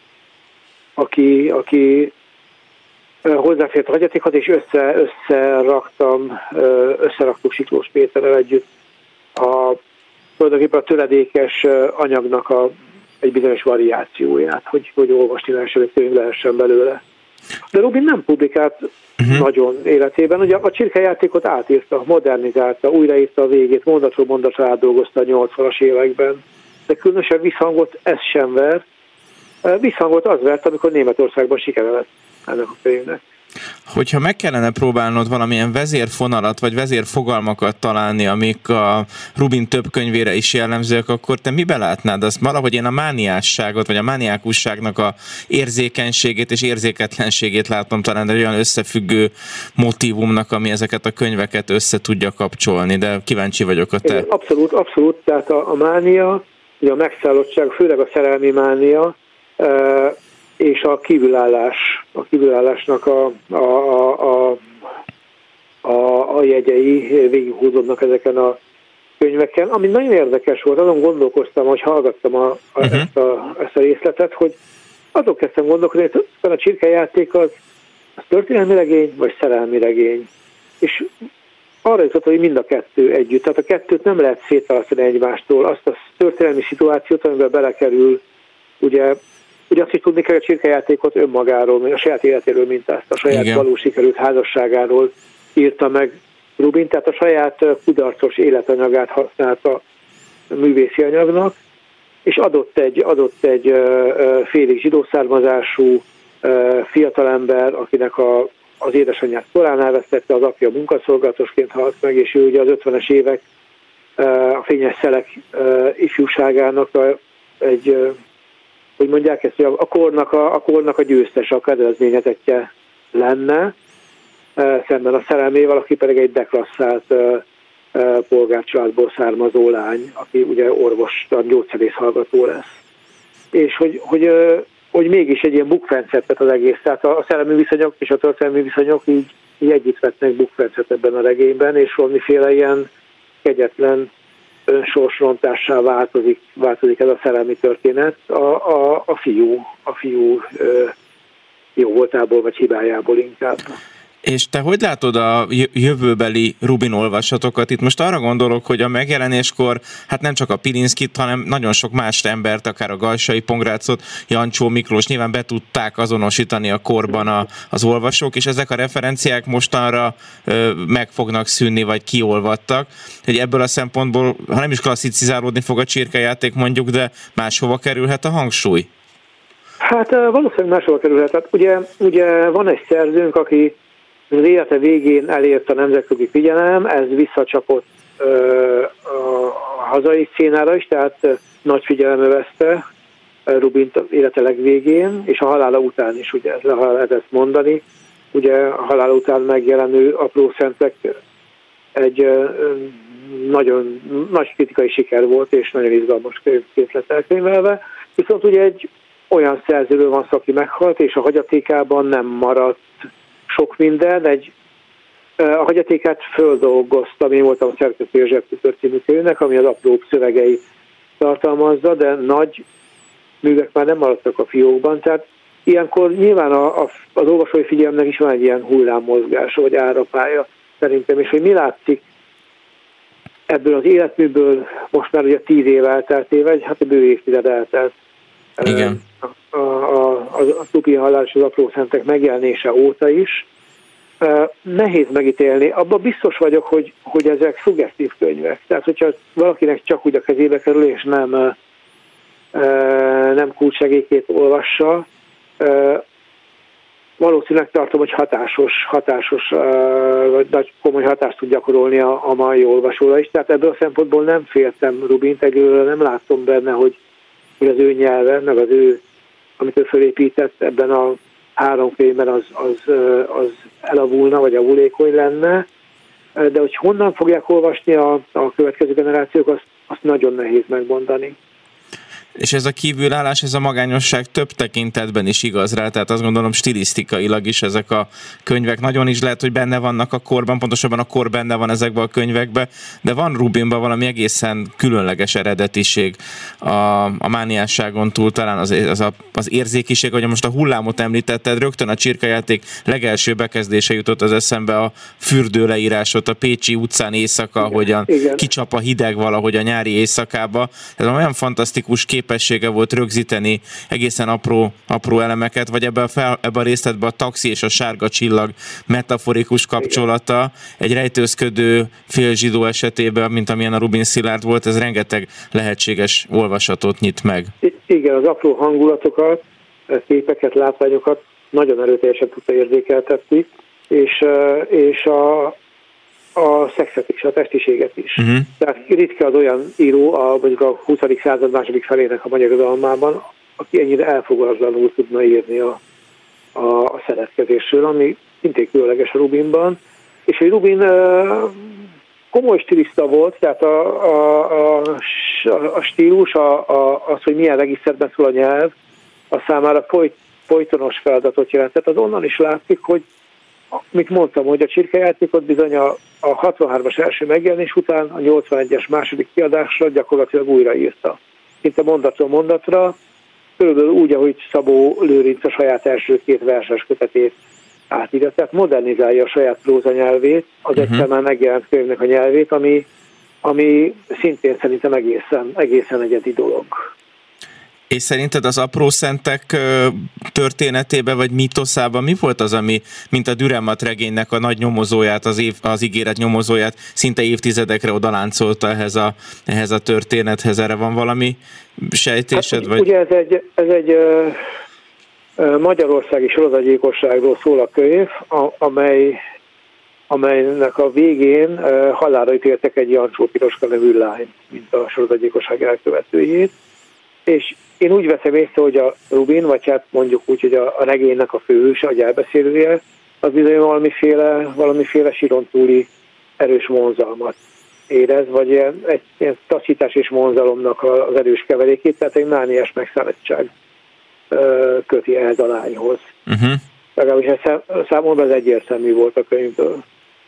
aki, aki uh, hozzáfért a hagyatékhoz, és össze, összeraktam, uh, összeraktuk Siklós Péterrel együtt a, tulajdonképpen a töredékes uh, anyagnak a, egy bizonyos variációját, hogy, hogy olvasni lehessen, hogy könyv lehessen belőle. De Rubin nem publikált uh-huh. nagyon életében. Ugye a Csirkejátékot átírta, modernizálta, újraírta a végét, mondatról mondatra átdolgozta a nyolcvanas években. De különösen visszhangot ez sem vert. Visszhangot az vert, amikor Németországban sikere lett ennek a könyvnek. Hogyha meg kellene próbálnod valamilyen vezérfonalat, vagy vezérfogalmakat találni, amik a Rubin több könyvére is jellemzőek, akkor te mibe látnád azt? Valahogy én a mániásságot, vagy a mániákusságnak a érzékenységét és érzéketlenségét látom talán egy olyan összefüggő motívumnak, ami ezeket a könyveket össze tudja kapcsolni, de kíváncsi vagyok a te. Abszolút, abszolút, tehát a, a mánia, a megszállottság, főleg a szerelmi mánia, uh, és a kívülállás, a kívülállásnak a, a, a, a, a jegyei végighúzódnak ezeken a könyveken, ami nagyon érdekes volt. Azon gondolkoztam, hogy hallgattam a, a, uh-huh. ezt, a, ezt a részletet, hogy azon kezdtem gondolkodni, hogy a Csirkejáték az, az történelmi regény, vagy szerelmi regény. És arra jutott, hogy mind a kettő együtt. Tehát a kettőt nem lehet szétválasztani egymástól. Azt a történelmi szituációt, amiben belekerül, ugye, ugye azt is tudni kell, hogy a Csirkejátékot önmagáról, a saját életéről mintázta, a saját Igen. valós sikerült házasságáról írta meg Rubin, tehát a saját kudarcos életanyagát használta művészi anyagnak, és adott egy, adott egy félig zsidó származású fiatalember, akinek a, az édesanyját korán elvesztette, az apja munkaszolgálatosként halt meg, és ő ugye az ötvenes évek a fényes szelek ifjúságának a, egy, hogy mondják ezt, hogy a kornak a, a kornak a győztes, a kedvezményezettje lenne, szemben a szerelmével, aki pedig egy deklasszát polgárcsaládból származó lány, aki ugye orvos, gyógyszerész hallgató lesz. És hogy, hogy, hogy mégis egy ilyen bukfencet az egész, tehát a szerelmi viszonyok és a történelmi viszonyok így, így együtt vetnek bukfencet ebben a regényben, és valamiféle ilyen kegyetlen önsorsrontássá változik, változik ez a szerelmi történet a, a, a fiú, a fiú jó voltából vagy hibájából inkább. És te hogy látod a jövőbeli Rubin olvasatokat? Itt most arra gondolok, hogy a megjelenéskor hát nem csak a Pilinszkyt, hanem nagyon sok más embert, akár a Galsai Pongrácot, Jancsó Miklós nyilván be tudták azonosítani a korban a, az olvasók, és ezek a referenciák mostanra ö, meg fognak szűnni, vagy kiolvadtak. Hogy ebből a szempontból, ha nem is klasszicizálódni fog a Csirkejáték mondjuk, de máshova kerülhet a hangsúly? Hát valószínűleg máshova kerülhet. Hát ugye, ugye van egy szerzőnk, aki az élete végén elért a nemzetközi figyelem, ez visszacsapott ö, a hazai szénára is, tehát ö, nagy figyelem övezte Rubint élete legvégén, és a halála után is, ugye ez lehet ezt mondani. Ugye a halála után megjelenő Apró Szentek egy ö, nagyon nagy kritikai siker volt, és nagyon izgalmas könyvként lett elkönyvelve. Viszont ugye egy olyan szerzőről van szó, aki meghalt, és a hagyatékában nem maradt sok minden. Egy, a hagyatékát földolgoztam, én voltam a szerkesztő Zsebtükör című könyvnek, ami az apróbb szövegeit tartalmazza, de nagy művek már nem maradtak a fiókban, tehát ilyenkor nyilván a, a, az olvasói figyelemnek is van egy ilyen hullámmozgása, vagy árapálya szerintem, és hogy mi látszik ebből az életműből, most már ugye tíz év elteltével, hát a bő évtized eltelt Igen. A, a, a, a Tupi halál és az apró szentek megjelenése óta is. Nehéz megítélni. Abban biztos vagyok, hogy, hogy ezek szuggesztív könyvek. Tehát, hogyha valakinek csak úgy a kezébe kerül, és nem, nem kulcssegélyként olvassa, valószínűleg tartom, hogy hatásos, hatásos vagy nagy komoly hatást tud gyakorolni a, a mai olvasóra is. Tehát ebből a szempontból nem féltem Rubint, egyelőre nem látom benne, hogy, hogy az ő nyelve, meg az ő, amit ő felépített ebben a három könyvben az, az, az elavulna, vagy avulékony lenne, de hogy honnan fogják olvasni a, a következő generációk, azt, azt nagyon nehéz megmondani. És ez a kívülállás, ez a magányosság több tekintetben is igaz rá, tehát azt gondolom stilisztikailag is ezek a könyvek nagyon is lehet, hogy benne vannak a korban, pontosabban a kor benne van ezekben a könyvekben, de van Rubinban valami egészen különleges eredetiség. A, a mániásságon túl talán az, az, a, az érzékiség, hogy most a hullámot említetted, rögtön a Csirkejáték legelső bekezdése jutott az eszembe, a fürdőleírásot, a Pécsi utcán éjszaka, ahogyan kicsap a hideg valahogy a nyári éjszakába. Ez olyan fantasztikus kép képessége volt rögzíteni egészen apró, apró elemeket, vagy ebben a, fel, ebben a részletben a taxi és a sárga csillag metaforikus kapcsolata egy rejtőzködő félzsidó esetében, mint amilyen a Rubin Szilárd volt, ez rengeteg lehetséges olvasatot nyit meg. Igen, az apró hangulatokat, képeket, látványokat nagyon erőteljesen tudta érzékeltetni, és, és a a szexet is, a testiséget is. Uh-huh. Tehát ritka az olyan író, a, mondjuk a huszadik század második felének a magyar irodalmában, aki ennyire elfogadatlanul tudna írni a, a, a szeretkezésről, ami szintén különleges a Rubinban. És hogy Rubin uh, komoly stiliszta volt, tehát a, a, a, a stílus, a, a, az, hogy milyen regiszterben szól a nyelv, a számára folyt, folytonos feladatot jelent. Tehát az onnan is látszik, hogy mit mondtam, hogy a Csirkejátékot bizony a, a hatvanhármas első megjelenés után a nyolcvanegyes második kiadásra gyakorlatilag újraírta. Szinte mondatról mondatra, körülbelül úgy, ahogy Szabó Lőrinc a saját első két verses kötetét átírja. Tehát modernizálja a saját próza nyelvét, az uh-huh. egyszer már megjelent könyvnek a nyelvét, ami, ami szintén szerintem egészen, egészen egyedi dolog. És szerinted az apró szentek történetében, vagy mítoszában mi volt az, ami, mint a Dürrenmatt regénynek a nagy nyomozóját, az, év, az ígéret nyomozóját szinte évtizedekre odaláncolta ehhez a, ehhez a történethez? Erre van valami sejtésed? Hát, vagy? Ugye ez egy, ez egy uh, uh, magyarországi sorozatgyilkosságról szól a könyv, a, amely, amelynek a végén uh, halálra ítéltek egy Jancsó Piroska nevű lány, mint a sorozatgyilkosság elkövetőjét. És én úgy veszem észre, hogy a Rubin, vagy hát mondjuk úgy, hogy a, a regénynek a főhőse, a gyárbeszélője, az bizony valamiféle, valamiféle síron túli erős vonzalmat érez, vagy ilyen, egy ilyen taszítás és vonzalomnak az erős keverékét, tehát egy mániás megszálltság köti ehhez a lányhoz. Uh-huh. Legalábbis ez számomra az egyértelmű volt a könyvből.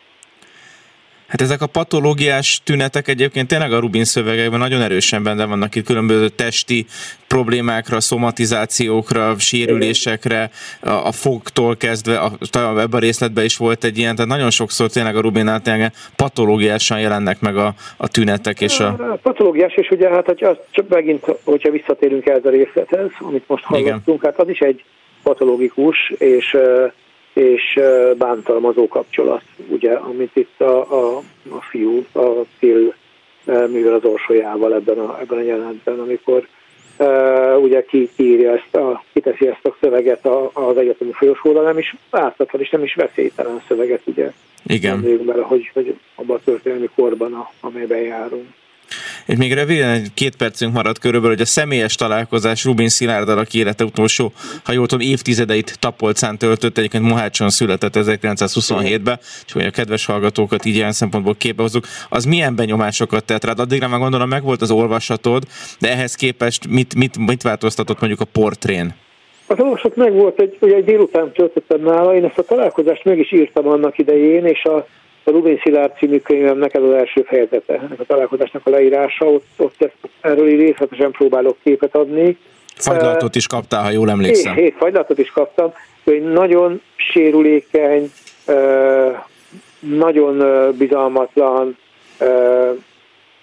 Hát ezek a patológiás tünetek egyébként tényleg a Rubin szövegekben nagyon erősen benne vannak, itt különböző testi problémákra, szomatizációkra, sérülésekre, a, a fogtól kezdve, a, ebben a részletben is volt egy ilyen, tehát nagyon sokszor tényleg a Rubinnál tényleg patológiásan jelennek meg a, a tünetek. És a... a patológiás, és ugye hát hogy az, csak megint, hogyha visszatérünk el ez a részlethez, amit most hallottunk, hát az is egy patológikus, és és bántalmazó kapcsolat, ugye, amit itt a, a, a fiú, a Phil művel az orsolyával ebben a, ebben a jelenetben, amikor uh, ugye ki, kiírja ezt a, kiteszi ezt a szöveget a, az egyetemi folyosóra, nem is ártatlan, és nem is veszélytelen szöveget, ugye. Igen. Bele, hogy, hogy abban a történelmi korban, a, amelyben járunk. És még röviden egy két percünk maradt körülbelül, hogy a személyes találkozás Rubin Szilárddal, aki élete utolsó, ha jól tudom, évtizedeit Tapolcán töltött, egyébként Mohácson született ezerkilencszázhuszonhétben, és hogy a kedves hallgatókat így ilyen szempontból képbe hozzuk, az milyen benyomásokat tett rád? Addigra már gondolom meg volt az olvasatod, de ehhez képest mit, mit, mit változtatott mondjuk a portrén? Az olvasat meg volt, egy, ugye egy délután töltöttem nála, én ezt a találkozást meg is írtam annak idején, és a A Rubin Szilárd című könyvemnek ez az első fejezete, ennek a találkozásnak a leírása, ott, ott ezt, erről így részletesen próbálok képet adni. Fagylaltot is kaptál, ha jól emlékszem. Hét, hét fagylaltot is kaptam, hogy nagyon sérülékeny, nagyon bizalmatlan,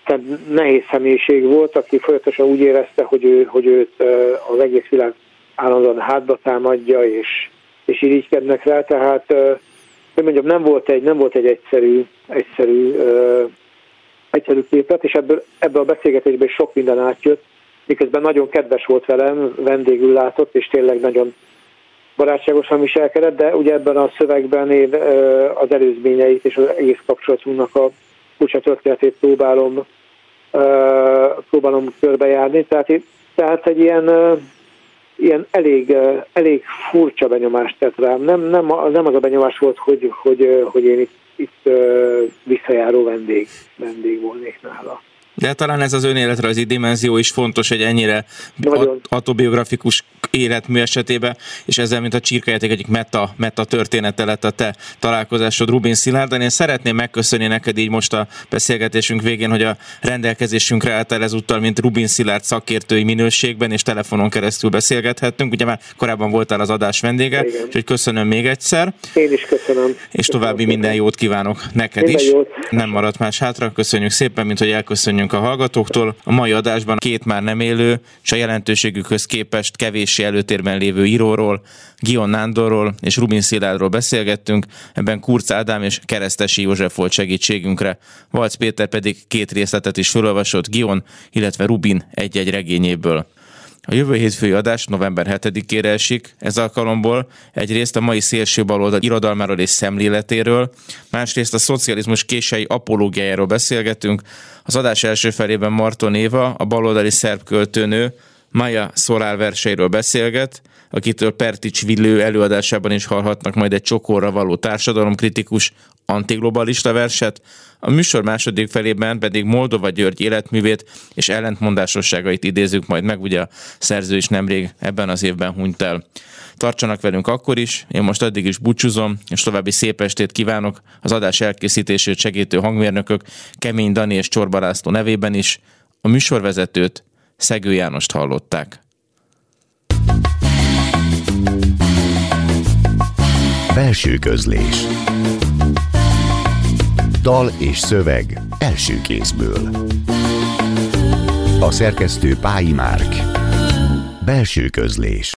elképesztően nehéz személyiség volt, aki folyamatosan úgy érezte, hogy, ő, hogy őt az egész világ állandóan hátba támadja, és, és irigykednek rá, tehát hogy mondjam, nem volt egy, nem volt egy egyszerű, egyszerű, egyszerű képlet, és ebből, ebből a beszélgetésben is sok minden átjött, miközben nagyon kedves volt velem, vendégül látott, és tényleg nagyon barátságosan viselkedett, de ugye ebben a szövegben én az előzményeit és az egész kapcsolatunknak a kulcsa történetét próbálom, próbálom körbejárni, tehát, tehát egy ilyen, ilyen elég, elég furcsa benyomást tett rám. Nem, nem, nem az a benyomás volt, hogy, hogy, hogy én itt, itt visszajáró vendég, vendég volnék nála. De talán ez az önéletrajzi dimenzió is fontos egy ennyire Nagyon. autobiografikus életmű esetében, és ezzel, mint a Csirkejáték egyik meta, meta története lett a te találkozásod Rubin Szilárddal. Én szeretném megköszönni neked így most a beszélgetésünk végén, hogy a rendelkezésünkre álltál ezúttal, mint Rubin Szilárd szakértői minőségben, és telefonon keresztül beszélgethettünk. Ugye már korábban voltál az adás vendége, úgyhogy köszönöm még egyszer. Én is köszönöm. És további köszönöm. Minden jót kívánok neked minden is. Jót. Nem maradt más hátra. Köszönjük szépen, mint hogy elköszönjünk a hallgatóktól. A mai adásban két már nem élő, és a jelentőségükhöz képest kevéssé előtérben lévő íróról, Guion Nándorról és Rubin Szilárdról beszélgettünk, ebben Kurz Ádám és Keresztesi József volt segítségünkre. Valc Péter pedig két részletet is felolvasott Guion, illetve Rubin egy-egy regényéből. A jövő hétfői adás november hetedikére esik, ez alkalomból egyrészt a mai szélső baloldal irodalmáról és szemléletéről, másrészt a szocializmus késői apológiájáról beszélgetünk. Az adás első felében Marton Éva, a baloldali szerb költőnő, Maja Szolár verseiről beszélget, akitől Pertics Villő előadásában is hallhatnak majd egy csokorra való társadalomkritikus, antiglobalista verset, a műsor második felében pedig Moldova György életművét és ellentmondásosságait idézzük majd meg, ugye a szerző is nemrég ebben az évben hunyt el. Tartsanak velünk akkor is, én most addig is búcsúzom, és további szép estét kívánok az adás elkészítését segítő hangmérnökök Kemény Dani és Csorba László nevében is. A műsorvezetőt, Szegő Jánost hallották. Belső közlés. Dal és szöveg első kézből. A szerkesztő Pályi Márk. Belső közlés.